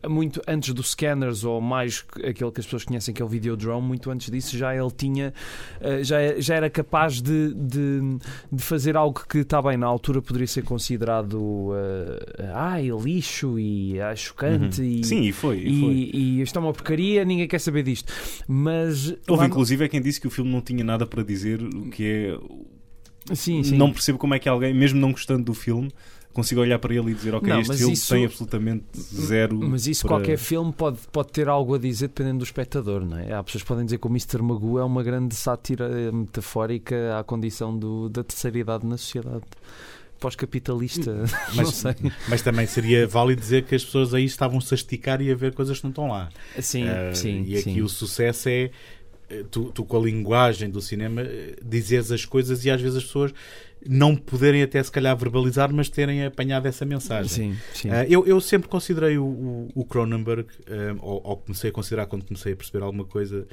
S3: muito antes do Scanners, ou mais aquele que as pessoas conhecem, que é o Videodrome, muito antes disso já ele tinha, já era capaz de fazer algo que, está bem, na altura poderia ser considerado lixo e chocante. E,
S2: sim, e foi.
S3: E isto é uma porcaria, ninguém quer saber disto. Mas
S2: houve inclusive quem disse que o filme não tinha nada para dizer, o que é...
S3: Sim.
S2: Não percebo como é que alguém, mesmo não gostando do filme, consigo olhar para ele e dizer, ok, este filme tem absolutamente zero.
S3: Mas isso qualquer filme pode ter algo a dizer dependendo do espectador, não é? Há pessoas que podem dizer que o Mr. Magoo é uma grande sátira metafórica à condição da terceira idade na sociedade pós-capitalista. Não sei.
S4: Mas também seria válido dizer que as pessoas aí estavam-se a esticar e a ver coisas que não estão lá.
S3: Sim.
S4: E aqui o sucesso é tu com a linguagem do cinema dizeres as coisas e às vezes as pessoas não poderem até se calhar verbalizar, mas terem apanhado essa mensagem.
S3: Sim.
S4: Eu sempre considerei o Cronenberg, ou comecei a considerar quando comecei a perceber alguma coisa,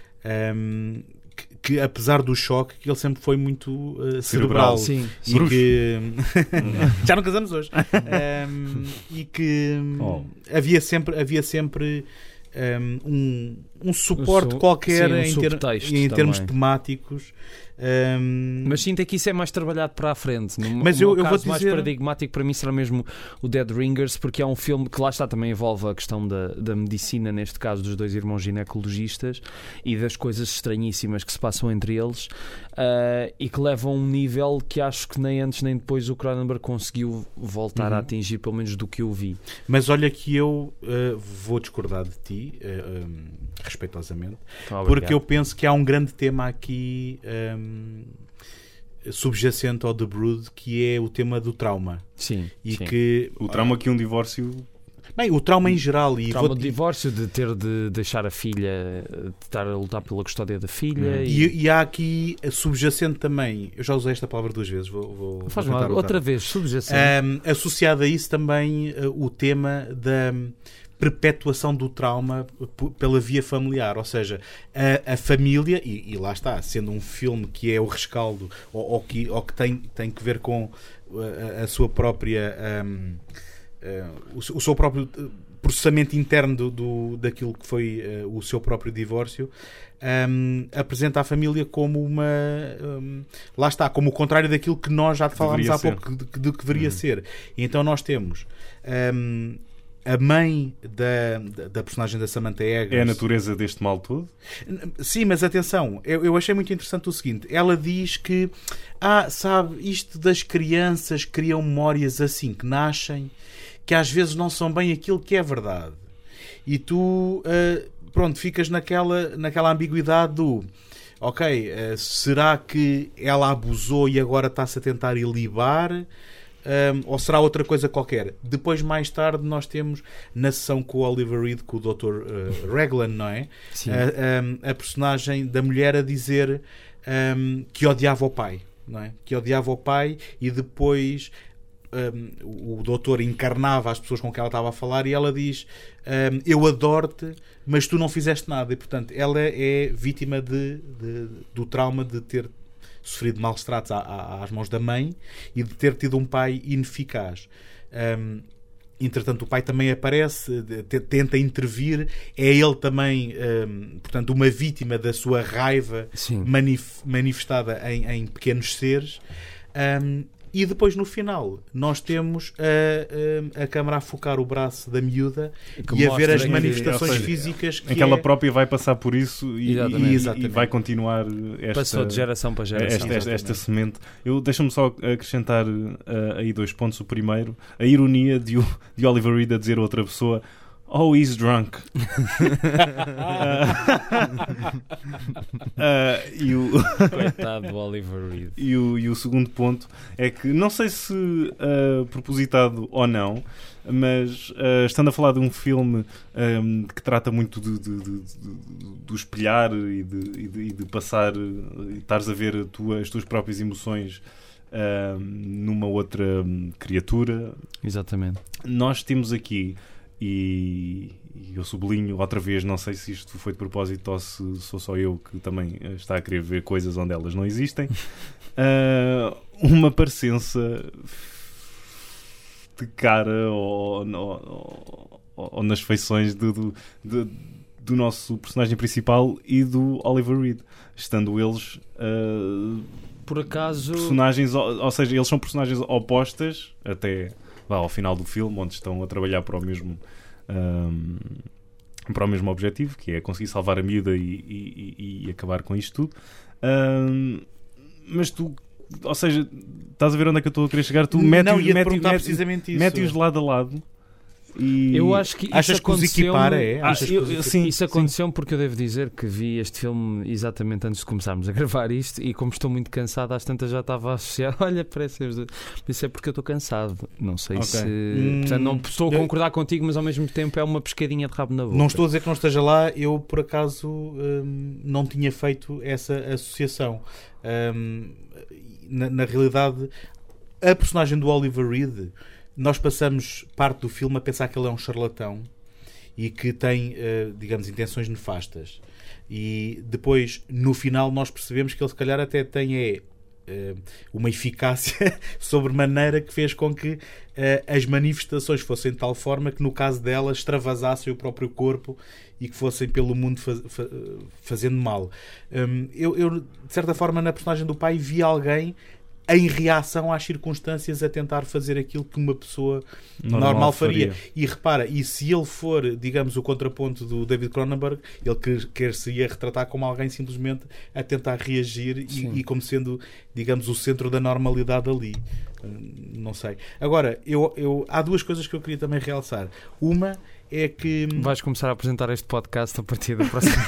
S4: que apesar do choque, que ele sempre foi muito cerebral.
S3: Sim.
S4: E que já não casamos hoje. E que havia sempre um suporte qualquer em termos temáticos.
S3: Mas sinto que isso é mais trabalhado para a frente.
S4: Mas eu vou dizer...
S3: mais paradigmático para mim será mesmo o Dead Ringers, porque é um filme que lá está, também envolve a questão da medicina, neste caso dos dois irmãos ginecologistas e das coisas estranhíssimas que se passam entre eles, e que levam a um nível que acho que nem antes nem depois o Cronenberg conseguiu voltar a atingir, pelo menos do que eu vi.
S4: Mas olha que eu vou discordar de ti, respeitosamente, porque eu penso que há um grande tema aqui subjacente ao The Brood, que é o tema do trauma.
S3: Sim.
S4: Que
S2: o trauma que um divórcio...
S4: Bem, o trauma em geral.
S3: O trauma do divórcio, de ter de deixar a filha, de estar a lutar pela custódia da filha.
S4: E há aqui subjacente também, eu já usei esta palavra 2 vezes,
S3: Faz mal, outra vez, subjacente.
S4: Associado a isso também o tema da perpetuação do trauma pela via familiar, ou seja, a família, e lá está, sendo um filme que é o rescaldo, ou que tem que ver com a sua própria o seu próprio processamento interno daquilo que foi o seu próprio divórcio, apresenta a família como lá está, como o contrário daquilo que nós já falámos há pouco de que deveria ser. E então nós temos a mãe da personagem da Samantha Eggers.
S2: É a natureza deste mal todo?
S4: Sim, mas atenção, eu achei muito interessante o seguinte. Ela diz que sabe, isto das crianças criam memórias assim, que nascem, que às vezes não são bem aquilo que é verdade. E tu, ficas naquela ambiguidade do ok, será que ela abusou e agora está-se a tentar ilibar? Ou será outra coisa qualquer? Depois, mais tarde, nós temos na sessão com o Oliver Reed, com o Dr. Raglan, não é? A personagem da mulher a dizer que odiava o pai, não é? Que odiava o pai, e depois o doutor encarnava as pessoas com quem ela estava a falar, e ela diz eu adoro-te, mas tu não fizeste nada. E portanto ela é vítima do trauma de ter sofrido maus tratos às mãos da mãe e de ter tido um pai ineficaz. Entretanto, o pai também aparece, tenta intervir, é ele também, portanto, uma vítima da sua raiva manifestada em pequenos seres. E depois, no final, nós temos a câmara a focar o braço da miúda e a ver as manifestações físicas
S2: que ela própria vai passar por isso e vai continuar
S3: passou de geração para geração.
S2: Esta semente. Deixa-me só acrescentar aí 2 pontos. O primeiro, a ironia de Oliver Reed a dizer a outra pessoa: "Oh, he's drunk."
S3: Coitado do Oliver Reed.
S2: E o segundo ponto é que, não sei se propositado ou não, mas estando a falar de um filme que trata muito do espelhar e de passar, e estares a ver as tuas próprias emoções numa outra criatura.
S3: Exatamente.
S2: Nós temos aqui, e eu sublinho outra vez, não sei se isto foi de propósito ou se sou só eu que também está a querer ver coisas onde elas não existem, uma parecença de cara ou nas feições do nosso personagem principal e do Oliver Reed, estando eles
S3: por acaso
S2: personagens, ou seja, eles são personagens opostas até ao final do filme, onde estão a trabalhar para o mesmo objetivo, que é conseguir salvar a miúda e acabar com isto tudo. Mas tu, ou seja, estás a ver onde é que eu estou a querer chegar? Tu mete-os lado a lado. E
S3: eu acho que
S4: achas que os equipara?
S3: Sim, isso aconteceu porque eu devo dizer que vi este filme exatamente antes de começarmos a gravar isto e como estou muito cansado, às tantas já estava a associar. Olha, parece isso é porque eu estou cansado. Não sei se portanto, não estou a concordar contigo, mas ao mesmo tempo é uma pescadinha de rabo na boca.
S4: Não estou a dizer que não esteja lá. Eu por acaso não tinha feito essa associação. Na realidade, a personagem do Oliver Reed, nós passamos parte do filme a pensar que ele é um charlatão e que tem, digamos, intenções nefastas. E depois, no final, nós percebemos que ele, se calhar, até tem uma eficácia sobremaneira que fez com que as manifestações fossem de tal forma que, no caso dela, extravasassem o próprio corpo e que fossem pelo mundo fazendo mal. Eu, de certa forma, na personagem do pai, vi alguém em reação às circunstâncias a tentar fazer aquilo que uma pessoa normal faria. E repara, e se ele for, digamos, o contraponto do David Cronenberg, ele quer-se-ia retratar como alguém simplesmente a tentar reagir e como sendo, digamos, o centro da normalidade ali. Não sei. Agora, há duas coisas que eu queria também realçar. Uma é que...
S3: Vais começar a apresentar este podcast a partir da próxima.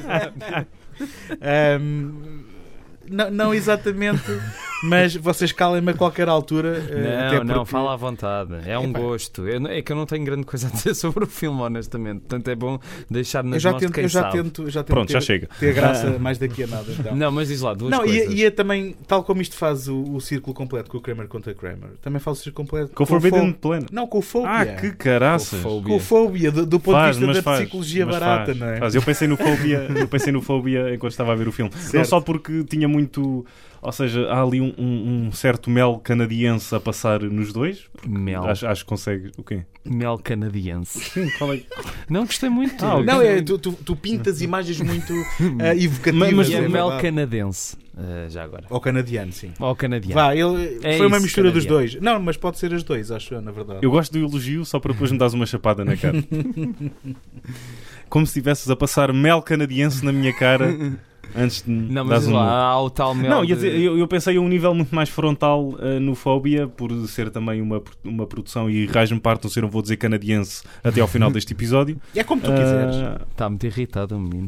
S4: Não exatamente, mas vocês calem-me a qualquer altura.
S3: Não, fala à vontade. É um gosto. É que eu não tenho grande coisa a dizer sobre o filme, honestamente. Portanto, é bom deixar nas mãos de quem sabe.
S4: Já tento
S2: Pronto, já chega.
S4: Ter graça mais daqui a nada. Então.
S3: Não, mas diz lá, duas coisas.
S4: E é também, tal como isto faz o círculo completo com o Kramer contra Kramer, também faz o círculo completo
S2: com o Forbidden Planet.
S4: Não, com o Phobia.
S2: Ah, que caraças.
S4: Com o Phobia, do ponto de vista da psicologia barata, não é?
S2: Eu pensei no Phobia enquanto estava a ver o filme.
S4: Certo.
S2: Não só porque tinha muito... Ou seja, há ali um certo mel canadiense a passar nos dois.
S3: Mel.
S2: Acho que consegue... O quê?
S3: Mel canadiense.
S2: Sim, qual é?
S3: Não, gostei muito.
S4: Não, tu pintas imagens muito evocativas.
S3: Mas é mel canadense. Já agora.
S4: Ou canadiano, sim.
S3: Ou canadiano.
S4: Foi uma mistura dos dois. Não, mas pode ser as dois, acho eu, na verdade.
S2: Eu gosto do elogio só para depois me dares uma chapada na cara. Como se estivesses a passar mel canadiense na minha cara... Antes de
S3: não, mas há o tal mel.
S2: Não, eu pensei a um nível muito mais frontal no Phobia, por ser também uma produção e raios-me partam se eu não vou dizer canadiense até ao final deste episódio.
S4: É como tu quiseres.
S3: Está muito irritado o menino.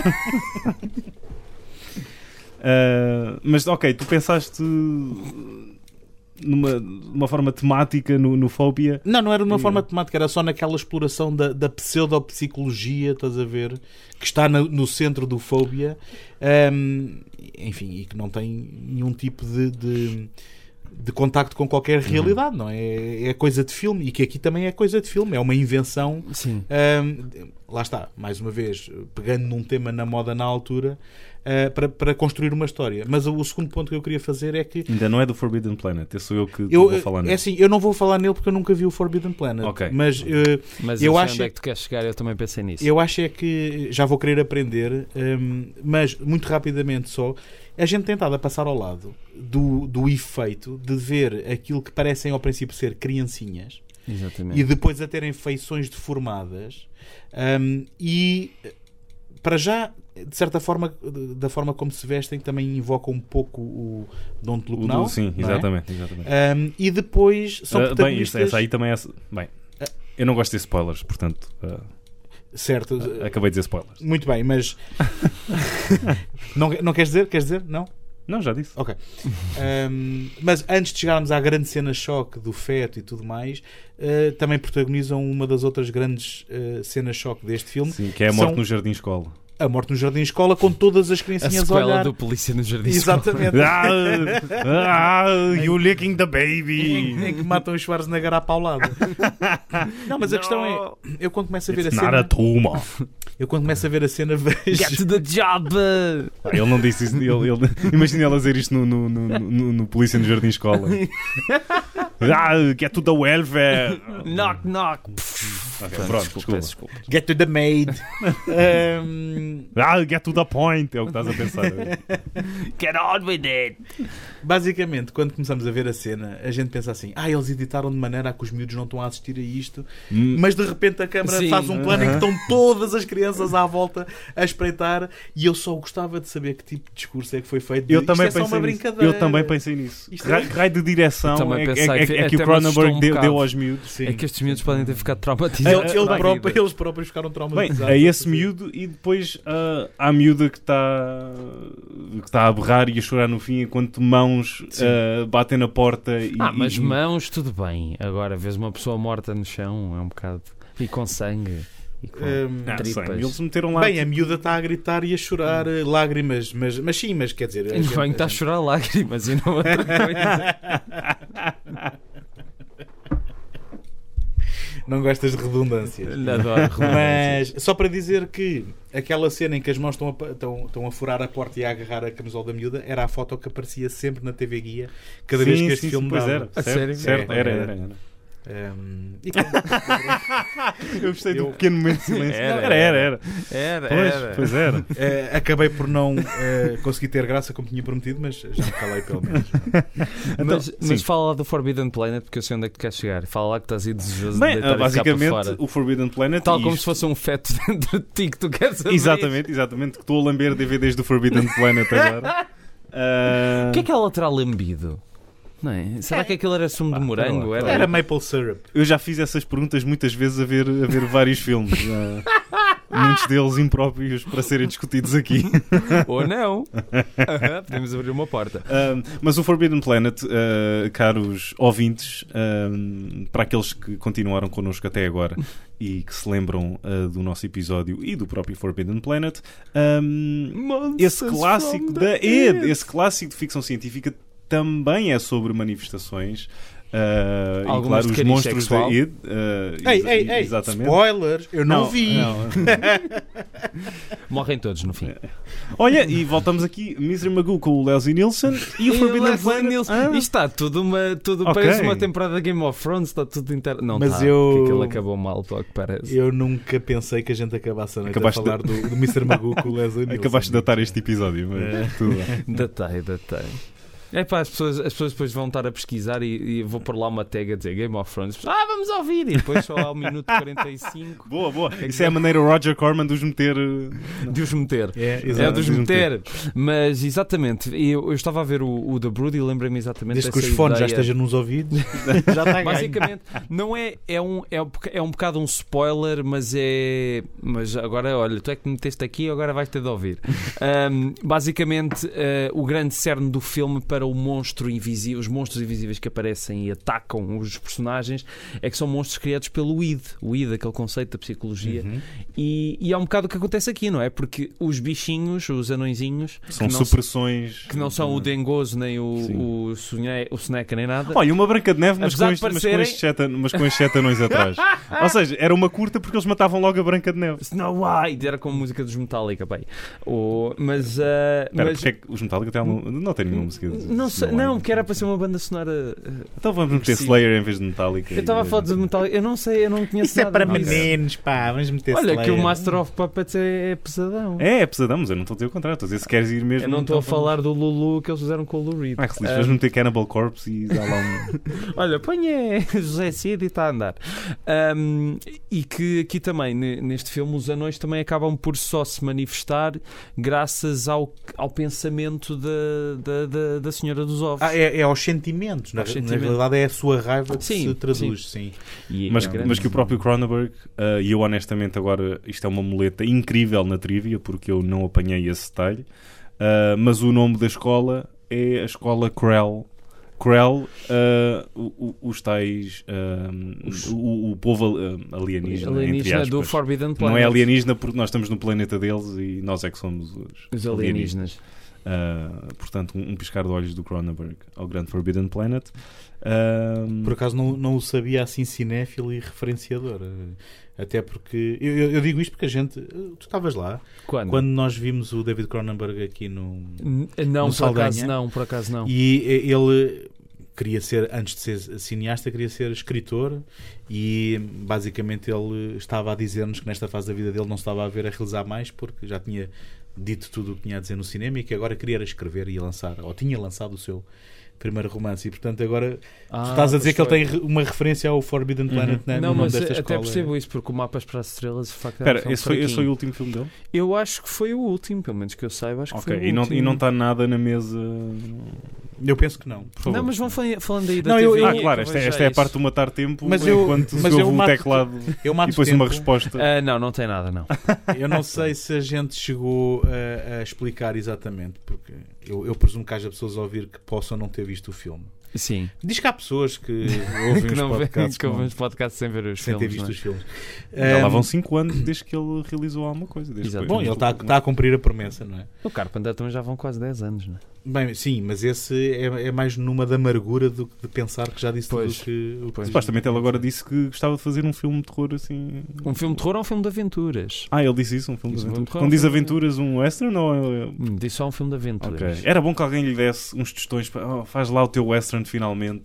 S2: Mas ok, tu pensaste numa forma temática no Phobia?
S4: Não era de uma forma temática, era só naquela exploração da pseudopsicologia, estás a ver, que está no centro do Phobia, enfim, e que não tem nenhum tipo de contacto com qualquer realidade, não é? É coisa de filme, e que aqui também é coisa de filme, é uma invenção.
S3: Sim.
S4: Lá está, mais uma vez, pegando num tema na moda na altura, para construir uma história. Mas o segundo ponto que eu queria fazer é que...
S2: Ainda não é do Forbidden Planet, esse sou eu que vou falar nele.
S4: É assim, eu não vou falar nele porque eu nunca vi o Forbidden Planet.
S2: Okay.
S4: Mas
S3: eu acho onde é que tu queres chegar, eu também pensei nisso.
S4: Eu acho é que já vou querer aprender, mas muito rapidamente só, a gente tem estado a passar ao lado do efeito de ver aquilo que parecem ao princípio ser criancinhas.
S3: Exatamente.
S4: E depois a terem feições deformadas e para já, de certa forma, da forma como se vestem, também invoca um pouco o Don't Look Now.
S2: Sim, exatamente.
S4: E depois são protagonistas...
S2: Bem, essa aí também é... Bem, eu não gosto de spoilers, portanto...
S4: Certo.
S2: Acabei de dizer spoilers.
S4: Muito bem, mas... não queres dizer? Queres dizer? Não?
S2: Não, já disse.
S4: Ok. Mas antes de chegarmos à grande cena choque do feto e tudo mais, também protagonizam uma das outras grandes cenas choque deste filme.
S2: Sim, que é a morte no Jardim Escola.
S4: A morte no Jardim Escola, com todas as criancinhas a olhar.
S3: Do Polícia no Jardim Escola.
S4: Exatamente.
S2: You licking the baby.
S4: Em que matam os Schwarzenegger à paulada. Não, mas a questão é, eu quando começo a ver a cena...
S2: Not a tumor.
S4: Eu quando começo a ver a cena vejo...
S3: Get to the job!
S2: Ele não disse isso. Imagina ele a dizer isto no Polícia no Jardim Escola. Get to the welfare.
S3: Knock, knock.
S2: Pronto, desculpa.
S4: Get to the maid.
S2: Get to the point, é o que estás a pensar.
S3: Get on with it.
S4: Basicamente, quando começamos a ver a cena, a gente pensa assim: eles editaram de maneira a que os miúdos não estão a assistir a isto, mas de repente a câmara faz um plano em que estão todas as crianças à volta a espreitar, e eu só gostava de saber que tipo de discurso é que foi feito.
S2: Eu também
S4: isto é só uma brincadeira.
S2: Eu também pensei nisso. Raio de direção é que o Cronenberg deu aos miúdos.
S3: É que estes miúdos podem ter ficado traumatizados.
S4: Eles próprios ficaram traumatizados.
S2: Bem, é esse miúdo e depois há a miúda que está a berrar e a chorar no fim enquanto mãos batem na porta.
S3: Mas mãos, tudo bem. Agora, vês uma pessoa morta no chão, é um bocado... E com sangue. E com tripas.
S2: Eles meteram lá...
S4: Bem, a miúda está a gritar e a chorar lágrimas, mas sim, mas quer dizer...
S3: O banho está a chorar lágrimas e não outra coisa.
S4: Não gostas de redundâncias.
S3: Adoro redundâncias.
S4: Mas só para dizer que aquela cena em que as mãos estão a furar a porta e a agarrar a camisola da miúda era a foto que aparecia sempre na TV Guia cada vez que este filme dava.
S2: Sério? Certo, era. Eu gostei do pequeno momento de silêncio. Era. Pois era.
S4: Acabei por não conseguir ter graça como tinha prometido, mas já me calei pelo menos.
S3: Mas fala lá do Forbidden Planet, porque eu sei onde é que tu queres chegar. Fala lá que estás aí desejoso de deitar
S2: basicamente,
S3: cá para fora.
S2: o Forbidden Planet...
S3: Tal como se fosse um feto dentro de ti que tu queres saber.
S2: Exatamente. Que estou a lamber DVDs do Forbidden Planet agora.
S3: O que é que ela terá lambido? Não é? Será que aquilo era sumo de morango?
S4: Era maple syrup.
S2: Eu já fiz essas perguntas muitas vezes a ver vários filmes. Muitos deles impróprios para serem discutidos aqui.
S3: Ou não. Podemos abrir uma porta.
S2: Mas o Forbidden Planet, caros ouvintes, para aqueles que continuaram connosco até agora e que se lembram do nosso episódio e do próprio Forbidden Planet, esse clássico esse clássico de ficção científica também é sobre manifestações. E claro, os monstros da Id. Exatamente.
S4: Spoilers, eu não vi.
S3: Morrem todos no fim.
S2: Olha, e voltamos aqui: Mr. Magoo com o Leslie Nielsen e o Forbidden Planet.
S3: Isto está tudo parece uma temporada de Game of Thrones, está tudo inteiro. Não,
S4: mas
S3: porque aquilo acabou mal, pelo que parece.
S4: Eu nunca pensei que a gente acabasse a noite a falar do Mr. Magoo com o Leslie Nielsen.
S2: Acabaste de datar este episódio, mas tudo bem.
S3: Datei. As pessoas depois vão estar a pesquisar e vou pôr lá uma tag a dizer Game of Thrones. Vamos ouvir! E depois só ao minuto 45.
S2: Boa. Isso é a maneira Roger Corman de os meter.
S3: De os meter. De os meter. Mas exatamente, eu estava a ver o The Brood e lembrei-me exatamente
S4: desde que os fones já estejam nos ouvidos. Já está
S3: basicamente, não é um bocado um spoiler, mas agora, olha, tu é que me meteste aqui, agora vais ter de ouvir. Basicamente, o grande cerne do filme para o monstro invisível, os monstros invisíveis que aparecem e atacam os personagens, é que são monstros criados pelo id, aquele conceito da psicologia. E é um bocado o que acontece aqui, não é? Porque os bichinhos, os anõezinhos,
S2: são supressões
S3: que não são o dengoso, nem o Sneca, nem nada.
S2: Olha, uma Branca de Neve, mas com estes 7 anões atrás. Ou seja, era uma curta porque eles matavam logo a Branca de Neve.
S3: Snow White, era como a música dos Metallica, bem.
S2: Porque é que os Metallica não têm nenhuma música?
S3: Não, porque era para ser uma banda sonora.
S2: Então vamos meter Slayer em vez de Metallica.
S3: Eu estava a falar de Metallica, eu não sei, eu não conheço
S4: isso
S3: nada.
S4: Isso é para meninos, pá, vamos meter Slayer.
S3: Olha, que o Master of Puppets é pesadão.
S2: É pesadão, mas eu não estou a dizer o contrário. Estou a dizer se queres ir mesmo.
S3: Eu não estou a falar do Lulu que eles fizeram com o Lou Reed.
S2: Se lhes meter Cannibal Corpse e dá lá
S3: Olha, põe José Cid e está a andar. E que aqui também, neste filme, os anões também acabam por só se manifestar graças ao pensamento da Senhora dos Ovos.
S4: É aos sentimentos. Na realidade é a sua raiva que se traduz. Sim.
S2: Mas que o próprio Cronenberg, e eu honestamente agora, isto é uma muleta incrível na trivia, porque eu não apanhei esse detalhe, mas o nome da escola é a escola Krell. Krell, os tais o povo alienígena entre aspas,
S3: do Forbidden Planet.
S2: Não é alienígena porque nós estamos no planeta deles e nós é que somos os alienígenas. Portanto, um piscar de olhos do Cronenberg ao grande Forbidden Planet.
S4: Por acaso não o sabia assim cinéfilo e referenciador. Até porque eu digo isto porque a gente. Tu estavas lá quando nós vimos o David Cronenberg aqui no
S3: por acaso não.
S4: E ele queria ser, antes de ser cineasta, queria ser escritor, e basicamente ele estava a dizer-nos que nesta fase da vida dele não se estava a ver a realizar mais, porque já tinha dito tudo o que tinha a dizer no cinema e que agora queria era escrever e lançar, ou tinha lançado o seu primeiro romance, e portanto agora tu estás a dizer que ele tem uma referência ao Forbidden Planet, né?
S3: Não, mas
S4: desta
S3: até
S4: escola.
S3: Percebo isso, porque o Mapas para as Estrelas, de facto,
S2: Espera, esse foi o último filme dele?
S3: Eu acho que foi o último, pelo menos que eu saiba, acho que foi o último.
S2: E não está nada na mesa.
S4: Eu penso que não. Por favor.
S3: Não, mas vão falando aí da
S4: Não,
S3: TV.
S2: Claro, esta é a parte do matar tempo,
S4: mas
S2: enquanto se ouve um teclado
S4: eu
S2: e depois uma resposta.
S3: Não tem nada, não.
S4: Eu não sei se a gente chegou a explicar exatamente, porque eu presumo que haja pessoas a ouvir que possam não ter visto o filme.
S3: Sim.
S4: Diz que há pessoas que ouvem
S3: que
S4: os podcasts,
S3: que ouvem os podcasts sem ver os
S4: sem
S3: filmes.
S4: ter visto os filmes.
S2: Já lá vão 5 anos desde que ele realizou alguma coisa.
S4: Bom, ele está a cumprir a promessa, não é?
S3: O Carpenter também já vão quase 10 anos, não é?
S4: Bem, sim, mas esse é mais numa da amargura do que de pensar que já disse tudo o que
S2: supostamente ele agora disse que gostava de fazer um filme de terror assim.
S3: Um filme de terror ou um filme de aventuras?
S2: Ele disse isso, um filme de aventuras. Quando diz aventuras, um western ou
S3: disse só um filme de aventuras.
S2: Okay. Era bom que alguém lhe desse uns tostões para faz lá o teu western finalmente.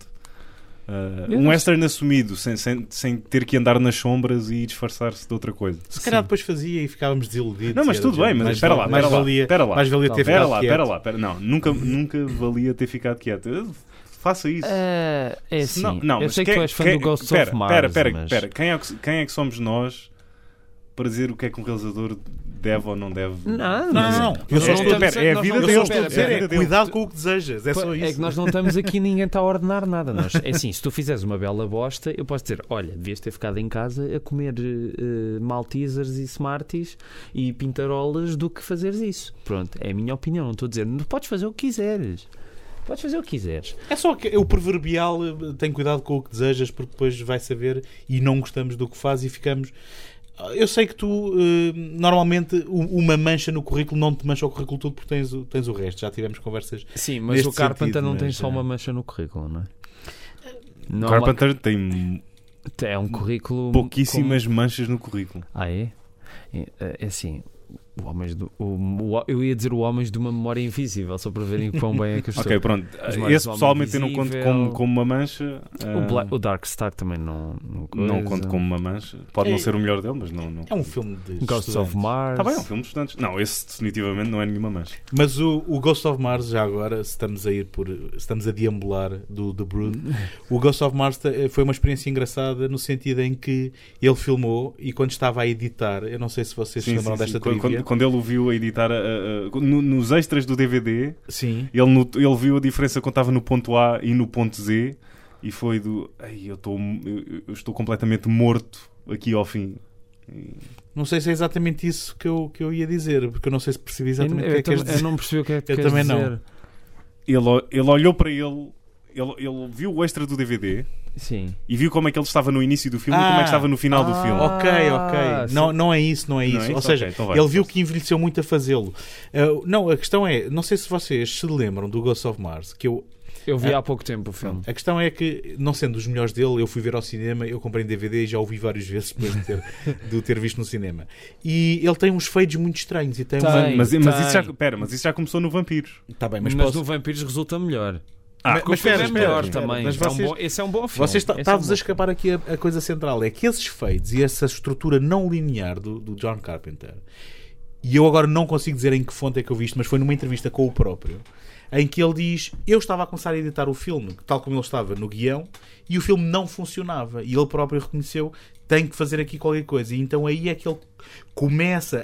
S2: Um western assumido, sem ter que andar nas sombras e disfarçar-se de outra coisa.
S4: Se calhar depois fazia e ficávamos desiludidos.
S2: Não, mas tudo bem, mas espera lá. Mais
S4: valia ter ficado
S2: quieto. Não, nunca valia ter ficado quieto. Faça isso.
S3: É assim.
S2: Não,
S3: eu sei que tu és fã do Ghost of Mars.
S2: Espera. Quem é que somos nós para dizer o que é que um realizador deve ou não deve?
S3: Não.
S4: Eu só estou a dizer,
S2: é a vida dele.
S4: Cuidado com o que desejas. É só isso.
S3: É que nós não estamos aqui, ninguém está a ordenar nada. É assim, se tu fizeres uma bela bosta, eu posso dizer, olha, devias ter ficado em casa a comer Maltesers e Smarties e pintarolas do que fazeres isso. Pronto, é a minha opinião. Não estou a dizer, não podes fazer o que quiseres. Podes fazer o que quiseres.
S4: É só que o proverbial tem cuidado com o que desejas, porque depois vai saber e não gostamos do que faz e ficamos... Eu sei que tu, normalmente, uma mancha no currículo não te mancha o currículo todo porque tens o resto. Já tivemos conversas.
S3: Sim, mas o Carpenter não tem só uma mancha no currículo, não é?
S2: O Carpenter tem
S3: um currículo...
S2: pouquíssimas manchas no currículo.
S3: É? É assim... eu ia dizer o Homens de uma Memória Invisível, só para verem quão bem é que eu estou.
S2: Ok, pronto. Esse pessoalmente eu não conto como uma mancha.
S3: O Dark Star também não
S2: conto como uma mancha. Pode não ser o melhor dele, mas não.
S4: É um filme de
S3: Ghosts of Mars.
S2: Está bem, é um filme de estudantes. Não, esse definitivamente não é nenhuma mancha.
S4: Mas o Ghost of Mars, já agora, se estamos a deambular do The Brood, o Ghost of Mars foi uma experiência engraçada no sentido em que ele filmou e quando estava a editar, eu não sei se vocês se lembram desta trivia.
S2: Quando ele o viu a editar nos extras do DVD,
S4: sim.
S2: Ele viu a diferença quando estava no ponto A e no ponto Z e foi do eu estou completamente morto aqui ao fim.
S4: Não sei se é exatamente isso que eu ia dizer, porque eu não sei se percebi exatamente o que é que queres dizer.
S3: Eu não percebi o que é que
S4: eu
S3: queres
S4: também
S3: dizer.
S2: Não. Ele olhou para ele viu o extra do DVD.
S3: Sim.
S2: E viu como é que ele estava no início do filme e como é que estava no final do filme.
S4: Ok. Não é isso. Ou seja, então ele viu que envelheceu muito a fazê-lo. Não, a questão é, não sei se vocês se lembram do Ghost of Mars, que eu
S3: vi há pouco tempo o filme.
S4: A questão é que, não sendo dos melhores dele, eu fui ver ao cinema, eu comprei em DVD e já o vi várias vezes depois de o ter visto no cinema. E ele tem uns fades muito estranhos. E tem
S2: mas isso já começou no Vampiros.
S4: Tá bem, mas
S3: no Vampiros resulta melhor.
S4: Mas espera,
S3: melhor também. Mas esse é um bom filme.
S4: Vocês está-vos a escapar aqui a coisa central. É que esses fades e essa estrutura não linear do John Carpenter, e eu agora não consigo dizer em que fonte é que eu vi isto, mas foi numa entrevista com o próprio, em que ele diz, eu estava a começar a editar o filme, tal como ele estava no guião, e o filme não funcionava. E ele próprio reconheceu, tem que fazer aqui qualquer coisa. E então aí é que ele começa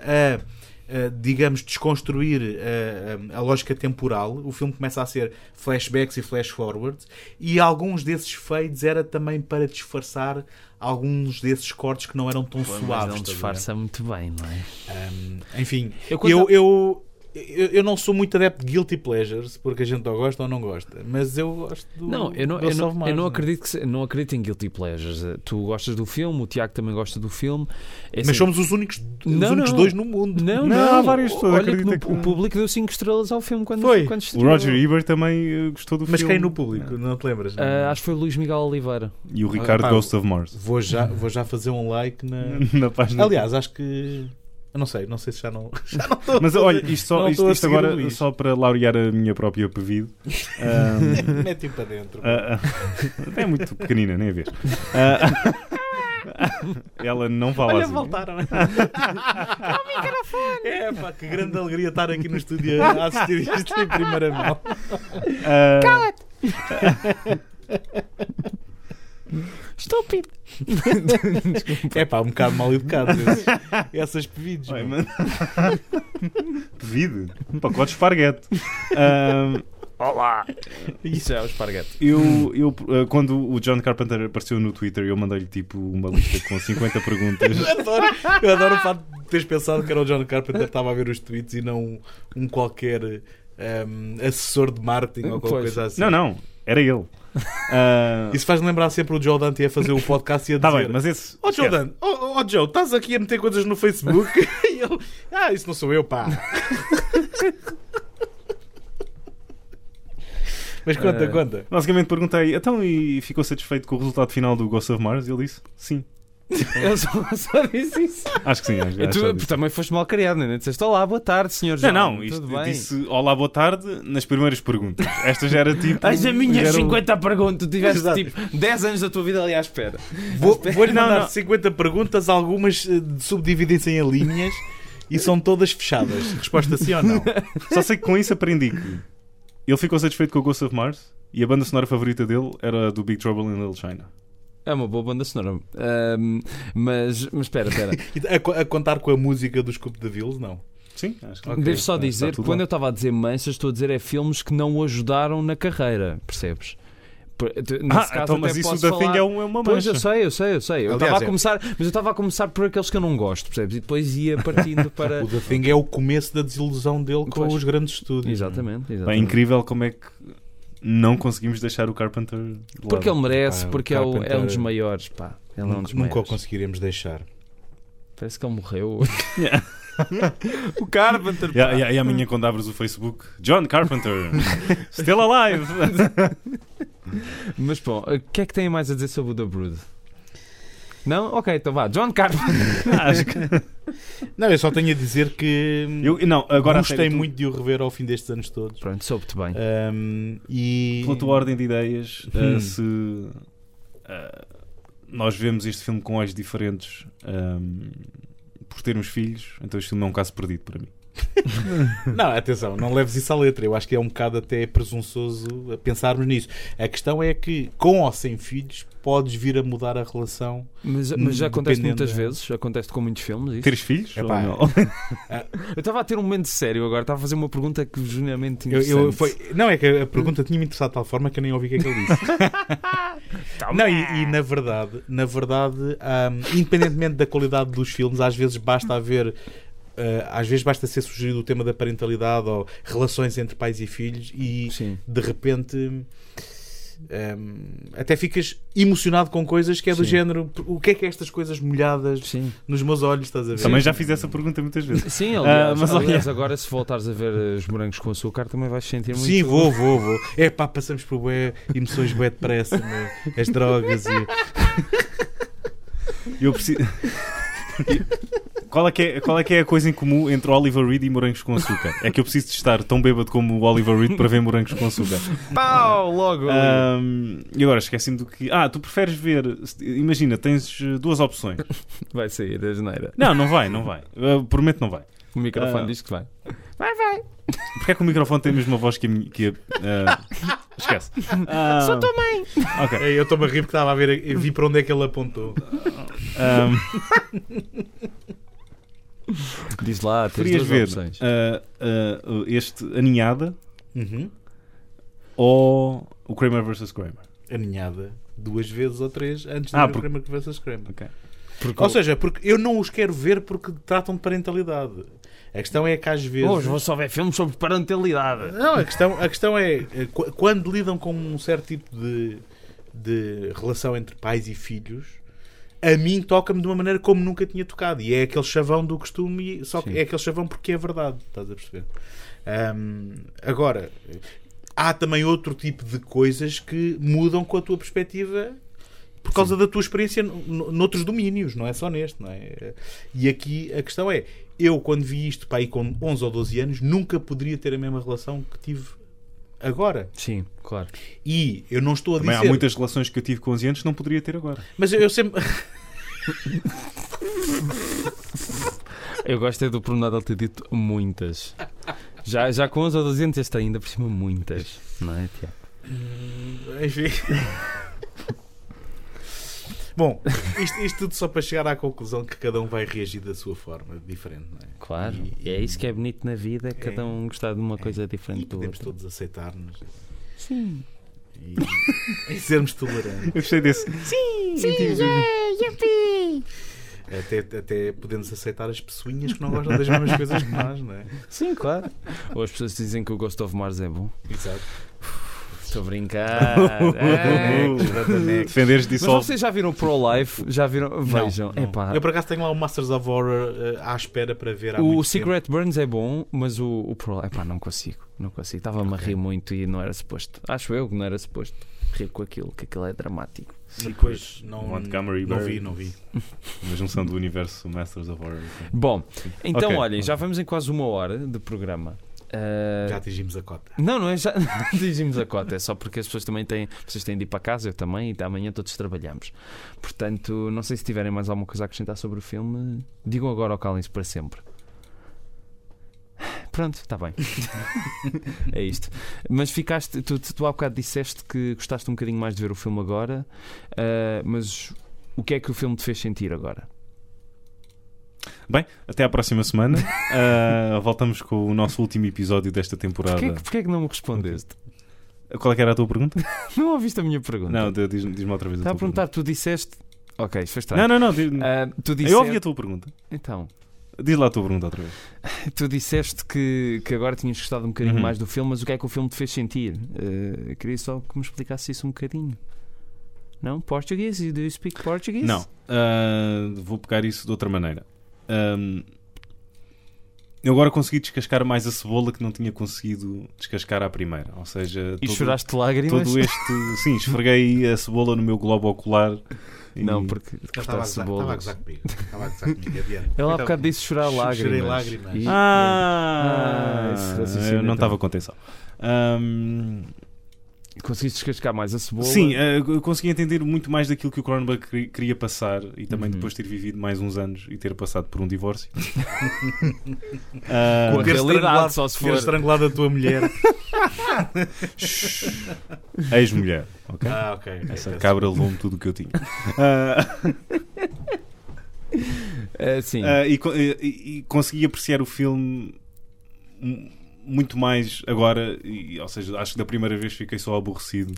S4: digamos, desconstruir a lógica temporal. O filme começa a ser flashbacks e flash forwards, e alguns desses fades era também para disfarçar alguns desses cortes que não eram tão suaves.
S3: Mas não disfarça muito bem, não é?
S4: Enfim, eu não sou muito adepto de guilty pleasures, porque a gente ou gosta ou não gosta, mas eu gosto do
S3: eu não acredito em guilty pleasures. Tu gostas do filme, o Tiago também gosta do filme.
S4: Mas somos os únicos dois no mundo.
S3: Não, há vários pessoas. Olha que o público deu 5 estrelas ao filme quando
S2: o Roger Ebert também gostou do filme.
S4: Mas quem no público? Não te lembras?
S3: Acho que foi o Luís Miguel Oliveira.
S2: E o Ricardo Ghost of Mars.
S4: Vou já fazer um like
S2: na página.
S4: Aliás, acho que Eu não sei se já não estou.
S2: Mas olha, isto agora só para laurear a minha própria Pevido.
S4: Mete-o para dentro.
S2: É muito pequenina, nem a ver. Ela não fala
S4: Olha,
S2: assim.
S4: voltaram. O microfone. Pá, que grande alegria estar aqui no estúdio a assistir isto em primeira mão.
S5: Cala-te! Estúpido!
S4: Um bocado mal educado essas pevidos.
S2: Pevido? Um pacote de esparguete.
S3: Olá! Isso é o esparguete.
S2: Quando o John Carpenter apareceu no Twitter, eu mandei-lhe tipo uma lista com 50 perguntas.
S4: Eu adoro o facto de teres pensado que era o John Carpenter que estava a ver os tweets e não um qualquer assessor de marketing ou qualquer coisa assim.
S2: Não, era ele.
S4: Isso faz-me lembrar sempre o Joe Dante a fazer o podcast e a dizer:
S2: tá bem, mas esse...
S4: Joe Dante, Joe, estás aqui a meter coisas no Facebook? E ele: isso não sou eu, pá. Mas conta.
S2: Basicamente perguntei, então, e ficou satisfeito com o resultado final do Ghost of Mars? Ele disse, sim.
S3: Eu só disse isso.
S2: Acho que sim.
S3: Tu também foste mal criado, não é? Disseste olá, boa tarde, senhor João.
S2: Não, isto disse olá, boa tarde nas primeiras perguntas. Esta já era tipo...
S3: As minhas 50 perguntas. Tu tiveste tipo 10 anos da tua vida ali à espera.
S4: Vou-lhe mandar 50 perguntas, algumas subdividem-se em linhas e são todas fechadas. Resposta sim ou não?
S2: Só sei que com isso aprendi que ele ficou satisfeito com o Ghost of Mars e a banda sonora favorita dele era do Big Trouble in Little China.
S3: É uma boa banda sonora. Mas espera.
S4: A contar com a música dos Scoop the Villes, não?
S2: Sim, acho que
S3: Devo só dizer que quando eu estava a dizer manchas, estou a dizer filmes que não o ajudaram na carreira, percebes?
S2: Então, mas isso da Thing é uma mancha.
S3: Pois, eu sei. Eu estava a começar por aqueles que eu não gosto, percebes? E depois ia partindo para...
S4: O The Thing é o começo da desilusão dele com os grandes estúdios.
S3: Exatamente.
S2: É incrível como é que não conseguimos deixar o Carpenter de lado.
S3: Porque ele merece, porque é um dos maiores, pá. Ele é um dos
S4: nunca
S3: maiores.
S4: o conseguiremos deixar.
S3: Parece que ele morreu. O Carpenter,
S2: e amanhã quando abres o Facebook, John Carpenter still alive.
S3: Mas bom, o que é que tem mais a dizer sobre o The Brood? Não? Ok, então vá, John Carpenter.
S2: Acho que...
S4: Não, eu só tenho a dizer que
S2: agora
S4: gostei muito de o rever ao fim destes anos todos.
S3: Pronto, soube-te bem.
S2: Pela tua ordem de ideias, se nós vemos este filme com olhos diferentes por termos filhos, então este filme é um caso perdido para mim.
S4: Não, atenção, não leves isso à letra. Eu acho que é um bocado até presunçoso a pensarmos nisso. A questão é que, com ou sem filhos, podes vir a mudar a relação.
S3: Mas já acontece muitas vezes, acontece com muitos filmes. Isso?
S2: Teres filhos?
S4: Epá,
S2: não?
S3: Eu estava a ter um momento sério agora, estava a fazer uma pergunta que genuinamente interessante.
S4: Não, é que a pergunta tinha-me interessado de tal forma que eu nem ouvi o que é que ele disse. Não, e na verdade, independentemente da qualidade dos filmes, às vezes basta haver. Às vezes basta ser sugerido o tema da parentalidade ou relações entre pais e filhos e
S3: Sim.
S4: de repente até ficas emocionado com coisas que é do género, o que é estas coisas molhadas nos meus olhos, estás a ver?
S2: Também já fiz essa pergunta muitas vezes.
S3: Sim, aliás, agora se voltares a ver os morangos com açúcar também vais sentir muito.
S4: Sim, vou. É pá, passamos por emoções bué depressa, as drogas e...
S2: Eu preciso... Qual é que é a coisa em comum entre o Oliver Reed e morangos com açúcar? É que eu preciso de estar tão bêbado como o Oliver Reed para ver morangos com açúcar.
S3: Pau! Logo!
S2: E agora esqueci-me do que... tu preferes ver... Imagina, tens duas opções.
S3: Vai sair da janeira.
S2: Não vai. Prometo não vai.
S3: O microfone diz que vai.
S5: Vai.
S2: Porque é que o microfone tem a mesma voz que esquece.
S5: Sou tua mãe.
S2: Okay.
S4: Eu estou-me a rir porque estava a ver, vi para onde é que ele apontou.
S3: Diz lá, tens
S2: Querias
S3: duas
S2: ver
S3: opções.
S2: este Aninhada ou o Kramer vs. Kramer?
S4: Aninhada 2 vezes ou 3 antes de ver o Kramer vs. Kramer.
S2: Okay.
S4: Ou seja, porque eu não os quero ver porque tratam de parentalidade. A questão é que às vezes...
S3: Hoje vou só ver filmes sobre parentalidade.
S4: Não, a questão é quando lidam com um certo tipo de relação entre pais e filhos, a mim toca-me de uma maneira como nunca tinha tocado. E é aquele chavão do costume, só que é aquele chavão porque é verdade. Estás a perceber? Agora, há também outro tipo de coisas que mudam com a tua perspectiva por causa da tua experiência noutros domínios, não é só neste, não é? E aqui a questão é, eu, quando vi isto aí com 11 ou 12 anos, nunca poderia ter a mesma relação que tive agora.
S3: Sim, claro.
S4: E eu não estou a
S2: Também
S4: dizer...
S2: há muitas relações que eu tive com 11 anos que não poderia ter agora.
S4: Mas eu sempre...
S3: Eu gosto é do pormenor de ter dito muitas. Já com 11 ou 12 anos, este ainda por cima muitas. Não é, Tiago?
S4: Enfim... Bom, isto tudo só para chegar à conclusão que cada um vai reagir da sua forma diferente, não é?
S3: Claro, e é isso que é bonito na vida, cada um gostar de uma coisa diferente
S4: E
S3: do
S4: podemos
S3: outro.
S4: todos aceitar-nos
S3: Sim.
S4: e sermos tolerantes.
S2: Eu gostei desse.
S5: Sim, yuppie!
S4: Até podemos aceitar as pessoinhas que não gostam das mesmas coisas que nós, não é?
S3: Sim, claro. Ou as pessoas dizem que o Ghost of Mars é bom.
S4: Exato.
S3: Estou a brincar.
S2: Defenderes
S3: Mas
S2: dissolve.
S3: vocês já viram Pro-Life? Já viram? Vejam.
S4: Não.
S3: Epá,
S4: Eu por acaso tenho lá o Masters of Horror à espera para ver há
S3: o
S4: muito
S3: Cigarette Burns é bom, mas o Pro... Epá, não consigo. Estava-me a rir muito e não era suposto. Acho eu que não era suposto rir com aquilo, que aquilo é dramático.
S4: tempo. E depois
S2: Montgomery
S4: não
S2: Burns.
S4: vi.
S2: Uma junção do universo Masters of Horror.
S3: Bom, então
S2: Ok.
S3: olhem, já vamos em quase 1 hora de programa.
S4: Já atingimos a cota.
S3: Não é já dirigimos a cota, é só porque as pessoas também têm, vocês têm de ir para casa, eu também, e amanhã todos trabalhamos. Portanto, não sei se tiverem mais alguma coisa a acrescentar sobre o filme, digam agora ou calem-se para sempre. Pronto, está bem. É isto. Mas ficaste, tu há bocado disseste que gostaste um bocadinho mais de ver o filme agora, mas o que é que o filme te fez sentir agora?
S2: Bem, até à próxima semana. Voltamos com o nosso último episódio desta temporada.
S3: Porquê é que não me respondeste?
S2: Qual é que era a tua pergunta?
S3: Não ouviste a minha pergunta?
S2: Não, diz-me outra vez a
S3: Está a
S2: tua
S3: perguntar, tu disseste. Ok, isso foi estranho.
S2: Não.
S3: Tu disseste...
S2: Eu ouvi a tua pergunta.
S3: Então,
S2: Diz lá a tua pergunta outra vez.
S3: tu disseste que agora tinhas gostado um bocadinho mais do filme, mas o que é que o filme te fez sentir? Eu queria só que me explicasse isso um bocadinho. Não? Português? Do you speak Portuguese?
S2: Não. Vou pegar isso de outra maneira. Eu agora consegui descascar mais a cebola que não tinha conseguido descascar à primeira. Ou seja,
S3: E choraste lágrimas?
S2: todo este. Sim, esfreguei a cebola no meu globo ocular. E...
S3: Não, porque
S4: Estava a
S3: cortar
S4: gozar
S3: cebolas.
S4: comigo. Adiante.
S3: Ele há bocado disse chorar lágrimas.
S4: Chorei lágrimas.
S3: Esse raciocínio
S2: eu não
S3: então.
S2: estava com atenção.
S3: Conseguiste descascar mais a cebola?
S2: Sim, eu consegui entender muito mais daquilo que o Cronenberg queria passar e também depois de ter vivido mais uns anos e ter passado por um divórcio.
S3: Com a realidade, só se
S4: Ter
S3: for.
S4: estrangulado a tua mulher.
S2: Ex-mulher, ok?
S4: Ok.
S2: Essa cabra levou-me tudo o que eu tinha.
S3: Sim.
S2: E consegui apreciar o filme muito mais agora, ou seja, acho que da primeira vez fiquei só aborrecido.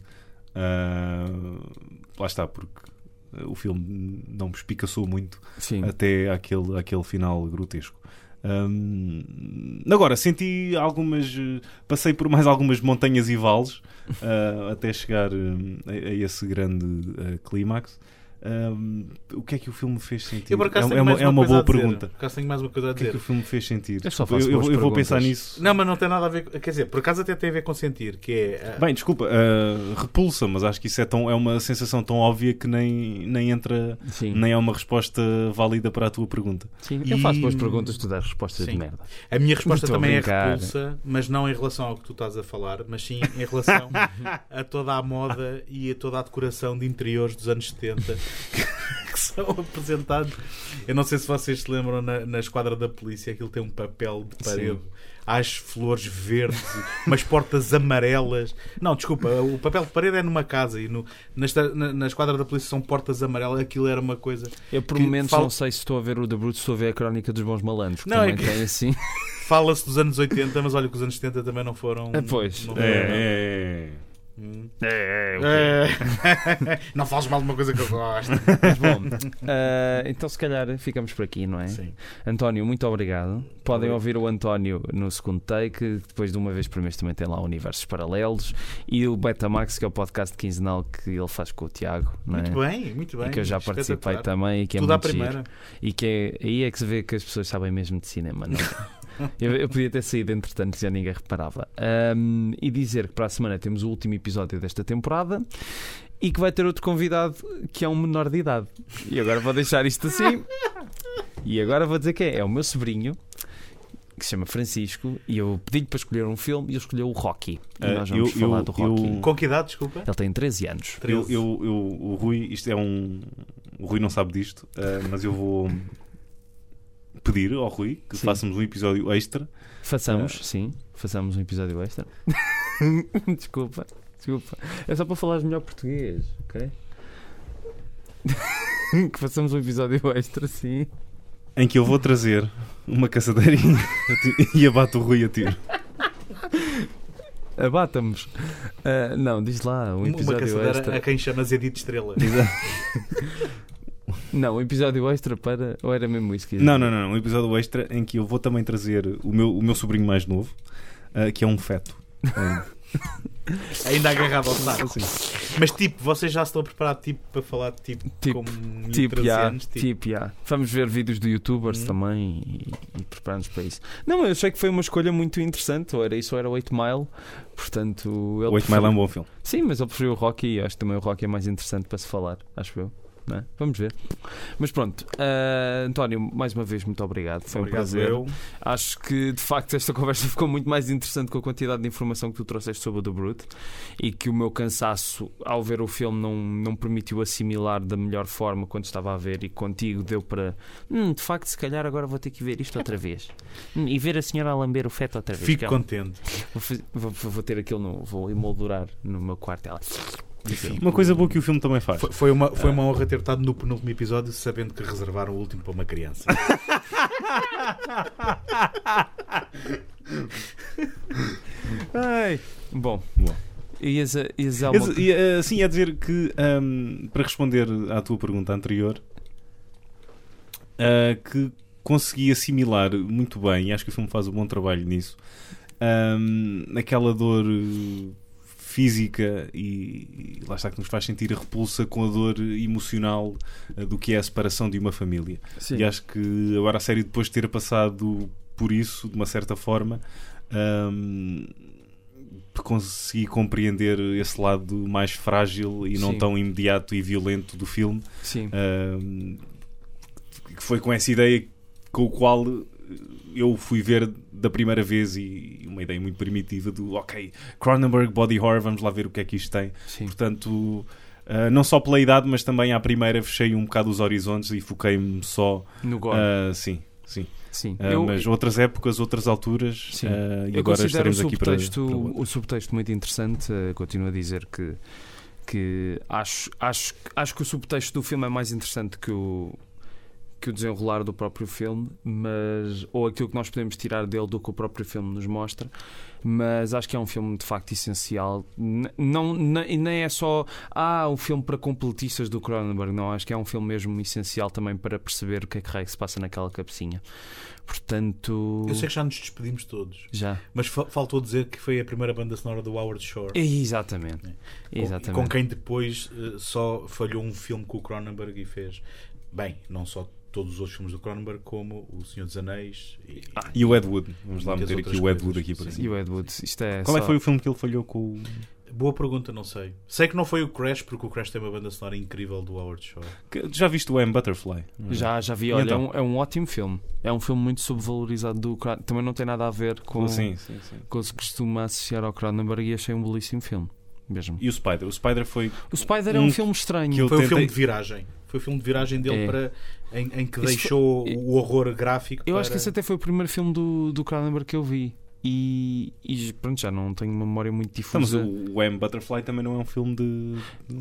S2: Lá está, porque o filme não me espicaçou muito
S3: Sim.
S2: até aquele final grotesco. Agora, senti passei por mais algumas montanhas e vales até chegar a esse grande clímax. O que é que o filme fez sentir?
S4: Eu por acaso
S2: É
S4: tenho mais
S2: uma
S4: coisa
S2: boa
S4: a dizer.
S2: pergunta.
S4: Por acaso tenho mais uma coisa a
S2: O que é que
S4: dizer.
S2: o filme fez sentir?
S3: Eu só faço
S2: Eu
S3: boas
S2: vou
S3: perguntas.
S2: pensar nisso.
S4: Não, mas não tem nada a ver. Quer dizer, por acaso até tem a ver com sentir, que é.
S2: Bem, desculpa, repulsa, mas acho que isso é uma sensação tão óbvia que nem entra,
S3: Sim.
S2: nem é uma resposta válida para a tua pergunta.
S3: Sim. Eu faço boas perguntas, tu dás respostas de
S4: Sim.
S3: merda.
S4: A minha resposta
S3: Estou a
S4: também é
S3: brincar.
S4: repulsa, mas não em relação ao que tu estás a falar, mas sim em relação a toda a moda e a toda a decoração de interiores dos anos 70 que são apresentados. Eu não sei se vocês se lembram na Esquadra da Polícia, aquilo tem um papel de parede.
S3: Sim.
S4: As flores verdes, umas portas amarelas. Não, desculpa, o papel de parede é numa casa e na Esquadra da Polícia são portas amarelas. Aquilo era uma coisa.
S3: Eu por
S4: Que
S3: momentos
S4: fal-
S3: não sei se estou a ver o The Brute, estou a ver a Crónica dos Bons Malandros, que
S4: Não,
S3: também
S4: é que-
S3: tem assim.
S4: Fala-se dos anos 80, mas olha que os anos 70 também não foram.
S3: Pois.
S4: Não foram, não fales mal de uma coisa que eu gosto.
S3: Mas bom, então se calhar ficamos por aqui, não é?
S4: Sim.
S3: António, muito obrigado. Podem ouvir o António no segundo take. Depois de uma vez por mês também tem lá Universos Paralelos. E o Betamax, que é o podcast quinzenal que ele faz com o Tiago, não é?
S4: Muito bem.
S3: E que eu já participei
S4: Espetacular.
S3: também e que é
S4: Tudo à
S3: muito giro.
S4: primeira.
S3: E que aí é que se vê que as pessoas sabem mesmo de cinema, não é? Eu podia ter saído entretanto, já ninguém reparava. E dizer que para a semana temos o último episódio desta temporada e que vai ter outro convidado que é um menor de idade. E agora vou deixar isto assim. E agora vou dizer que é o meu sobrinho, que se chama Francisco, e eu pedi-lhe para escolher um filme e ele escolheu o Rocky. E nós vamos falar do Rocky.
S4: Com que idade, desculpa?
S3: Ele tem 13 anos.
S2: O Rui, isto é um... O Rui não sabe disto, mas eu vou pedir ao Rui que façamos um episódio extra.
S3: Façamos um episódio extra. Desculpa. É só para falares melhor português, ok? Que façamos um episódio extra, sim.
S2: Em que eu vou trazer uma caçadeirinha e abato o Rui a tiro.
S3: Abatamos. Não, diz lá, um episódio
S4: uma
S3: extra.
S4: A quem chamas Edith Estrela.
S3: Não, um episódio extra para... Ou era mesmo isso que
S2: Não, um episódio extra em que eu vou também trazer o meu sobrinho mais novo, que é um feto.
S4: Ainda agarrado ao saco.
S2: Assim.
S4: Mas tipo, vocês já estão preparados para falar como anos?
S3: Vamos ver vídeos de youtubers também e preparar-nos para isso. Não, eu achei que foi uma escolha muito interessante. Ou era isso ou era o 8 Mile. Portanto,
S2: o 8 Mile é um bom filme.
S3: Sim, mas ele preferiu o Rocky e acho que também o Rocky é mais interessante para se falar, acho eu. Não é? Vamos ver. Mas pronto, António, mais uma vez muito obrigado. Foi um prazer. Acho que de facto esta conversa ficou muito mais interessante com a quantidade de informação que tu trouxeste sobre o The Brute e que o meu cansaço ao ver o filme não permitiu assimilar da melhor forma quando estava a ver, e contigo deu para de facto se calhar agora vou ter que ver isto outra vez e ver a senhora a lamber o feto outra vez.
S4: Fico contente.
S3: Vou ter aquilo, vou emoldurar no meu quarto. Ela...
S2: Uma coisa boa que o filme também faz.
S4: Foi uma honra ter estado no penúltimo episódio sabendo que reservaram o último para uma criança.
S3: Ai, bom.
S2: Sim, é dizer que para responder à tua pergunta anterior, que consegui assimilar muito bem, e acho que o filme faz um bom trabalho nisso, aquela dor física e lá está, que nos faz sentir a repulsa com a dor emocional do que é a separação de uma família.
S3: Sim.
S2: E acho que agora a série, depois de ter passado por isso de uma certa forma, consegui compreender esse lado mais frágil e não tão imediato e violento do filme.
S3: Sim.
S2: Que foi com essa ideia com o qual eu fui ver da primeira vez, e uma ideia muito primitiva do Cronenberg, body horror, vamos lá ver o que é que isto tem.
S3: Sim.
S2: Portanto, não só pela idade, mas também à primeira fechei um bocado os horizontes e foquei-me só
S3: no gore.
S2: Sim.
S3: Mas
S2: outras épocas, outras alturas, e agora estaremos aqui para
S3: o subtexto muito interessante. Continuo a dizer que acho que o subtexto do filme é mais interessante que o desenrolar do próprio filme, ou aquilo que nós podemos tirar dele do que o próprio filme nos mostra. Mas acho que é um filme de facto essencial. Nem é só um filme para completistas do Cronenberg, não. Acho que é um filme mesmo essencial também para perceber o que é que se passa naquela cabecinha. Portanto,
S4: eu sei que já nos despedimos todos,
S3: já.
S4: Mas faltou dizer que foi a primeira banda sonora do Howard Shore.
S3: Exatamente.
S4: Com quem depois só falhou um filme com o Cronenberg e fez bem, não só todos os outros filmes do Cronenberg, como O Senhor dos Anéis
S2: e o Ed Wood. Vamos lá meter aqui o Ed Wood aqui para cima.
S3: E o Ed Wood,
S2: Qual é que foi o filme que ele falhou com o...
S4: Boa pergunta, não sei. Sei que não foi o Crash, porque o Crash tem uma banda sonora incrível do Howard Shore.
S2: Já viste o M. Butterfly?
S3: Já vi. Olha, então? É um ótimo filme. É um filme muito subvalorizado do Cronenberg. Também não tem nada a ver com
S2: sim.
S3: com o que se costuma associar ao Cronenberg, e achei um belíssimo filme mesmo.
S2: E o Spider? O Spider foi...
S3: O Spider é um filme estranho.
S4: Foi um filme de viragem. Foi o filme de viragem dele em que deixou o horror gráfico.
S3: Eu acho que esse até foi o primeiro filme do Cronenberg que eu vi. E pronto, já não tenho uma memória muito difusa.
S2: Mas o M. Butterfly também não é um filme de...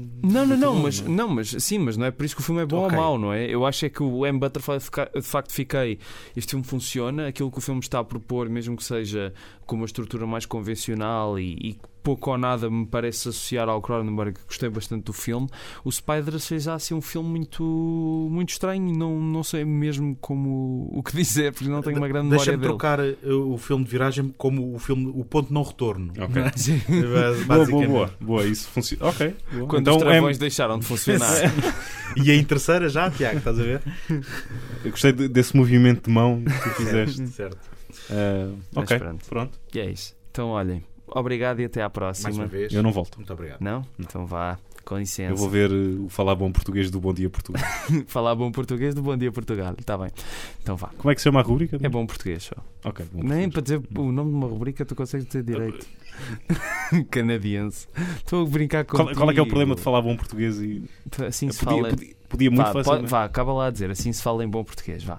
S3: Mas não é por isso que o filme é bom ou mau, não é? Eu acho que o M. Butterfly de facto este filme funciona, aquilo que o filme está a propor, mesmo que seja com uma estrutura mais convencional e pouco ou nada me parece associar ao Cronenberg, gostei bastante do filme. O Spider fez assim um filme muito, muito estranho, não sei mesmo o que dizer, porque não tenho uma grande memória dele.
S4: Deixa-me trocar o filme de viragem como o ponto de não retorno.
S2: Ok.
S3: Sim.
S2: Boa, isso funciona. Ok. Boa.
S3: Quando os travões deixaram de funcionar.
S4: E em terceira já, Tiago, estás a ver?
S2: Eu gostei desse movimento de mão que tu fizeste.
S4: Certo.
S2: Ok, pronto.
S3: E é isso. Então, olhem, obrigado e até à próxima.
S4: Mais uma vez.
S2: Eu não volto.
S4: Muito obrigado.
S3: Não? Então vá. com licença.
S2: Eu vou ver o Falar Bom Português do Bom Dia Portugal.
S3: Falar bom português do Bom Dia Portugal. Está bem. Então vá.
S2: Como é que se chama a rubrica?
S3: É bom português só.
S2: Ok. Bom
S3: Nem
S2: português.
S3: para dizer o nome de uma rubrica tu consegues dizer direito. Canadiense. Estou a brincar com
S2: Qual é que é o problema de falar bom português?
S3: Assim se fala.
S2: Podia muito
S3: Vá,
S2: facilmente.
S3: vá, acaba lá a dizer. Assim se fala em bom português. Vá.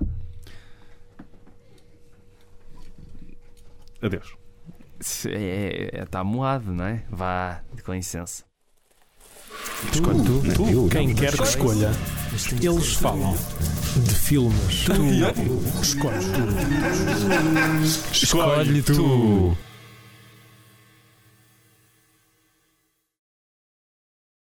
S2: Adeus.
S3: Está moado, não é? Vá, com licença.
S1: Escolhe tu. Quem quer que escolha, eles falam de filmes. Tu escolhe tu.
S3: Escolhe tu.